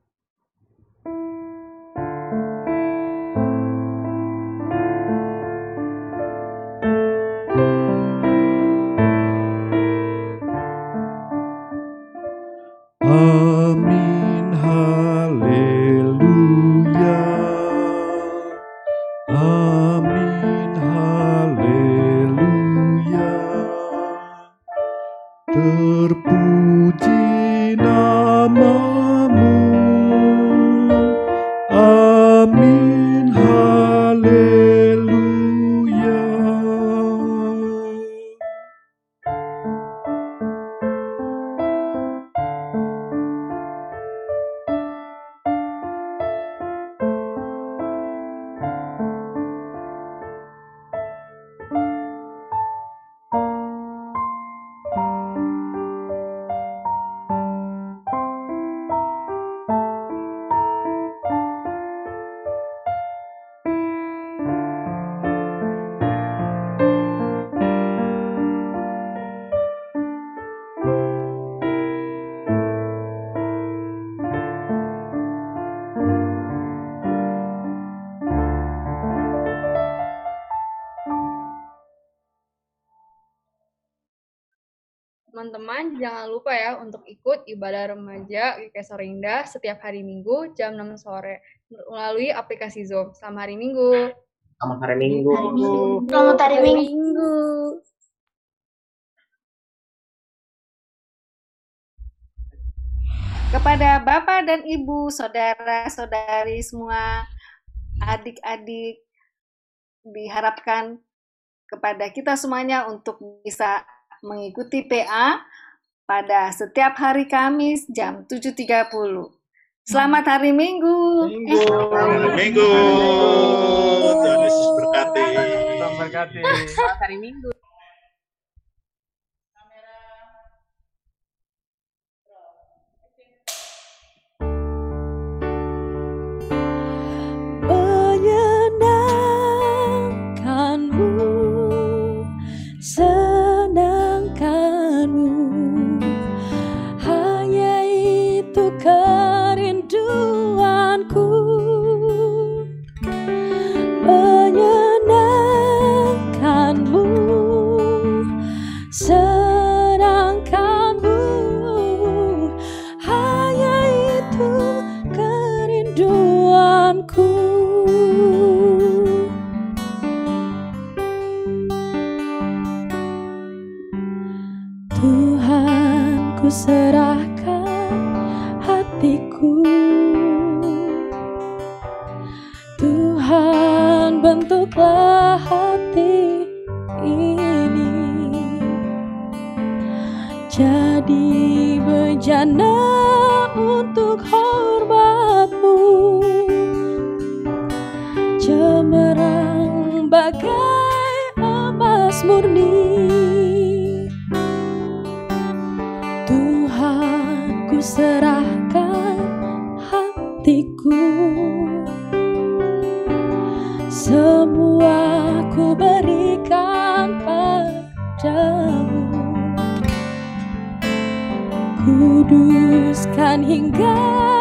Amin, haleluya. Amin, haleluya. Terpuji namamu, teman-teman jangan lupa ya untuk ikut ibadah remaja G K S Samarinda setiap hari Minggu jam enam sore melalui aplikasi Zoom. Selamat hari Minggu. Selamat hari Minggu. Selamat hari Hari Minggu. Minggu. Kepada Bapak dan Ibu, saudara-saudari semua, adik-adik, diharapkan kepada kita semuanya untuk bisa mengikuti P A pada setiap hari Kamis jam tujuh tiga puluh. Selamat hari Minggu. Minggu. Selamat Minggu. Tuhan Yesus berkati. Tuhan berkati. Selamat hari Minggu. Menyenangkanmu, senangkanmu, hanya itu kerinduanku. Menyenangkanmu, senangkanmu, hanya itu kerinduanku. Tuhan, ku serahkan hatiku. Tuhan, bentuklah hati ini jadi bejana untuk hormat-Mu, cemerlang bagai emas murni. Tuhan, ku serahkan hatiku, semua ku berikan padamu. Kuduskan hingga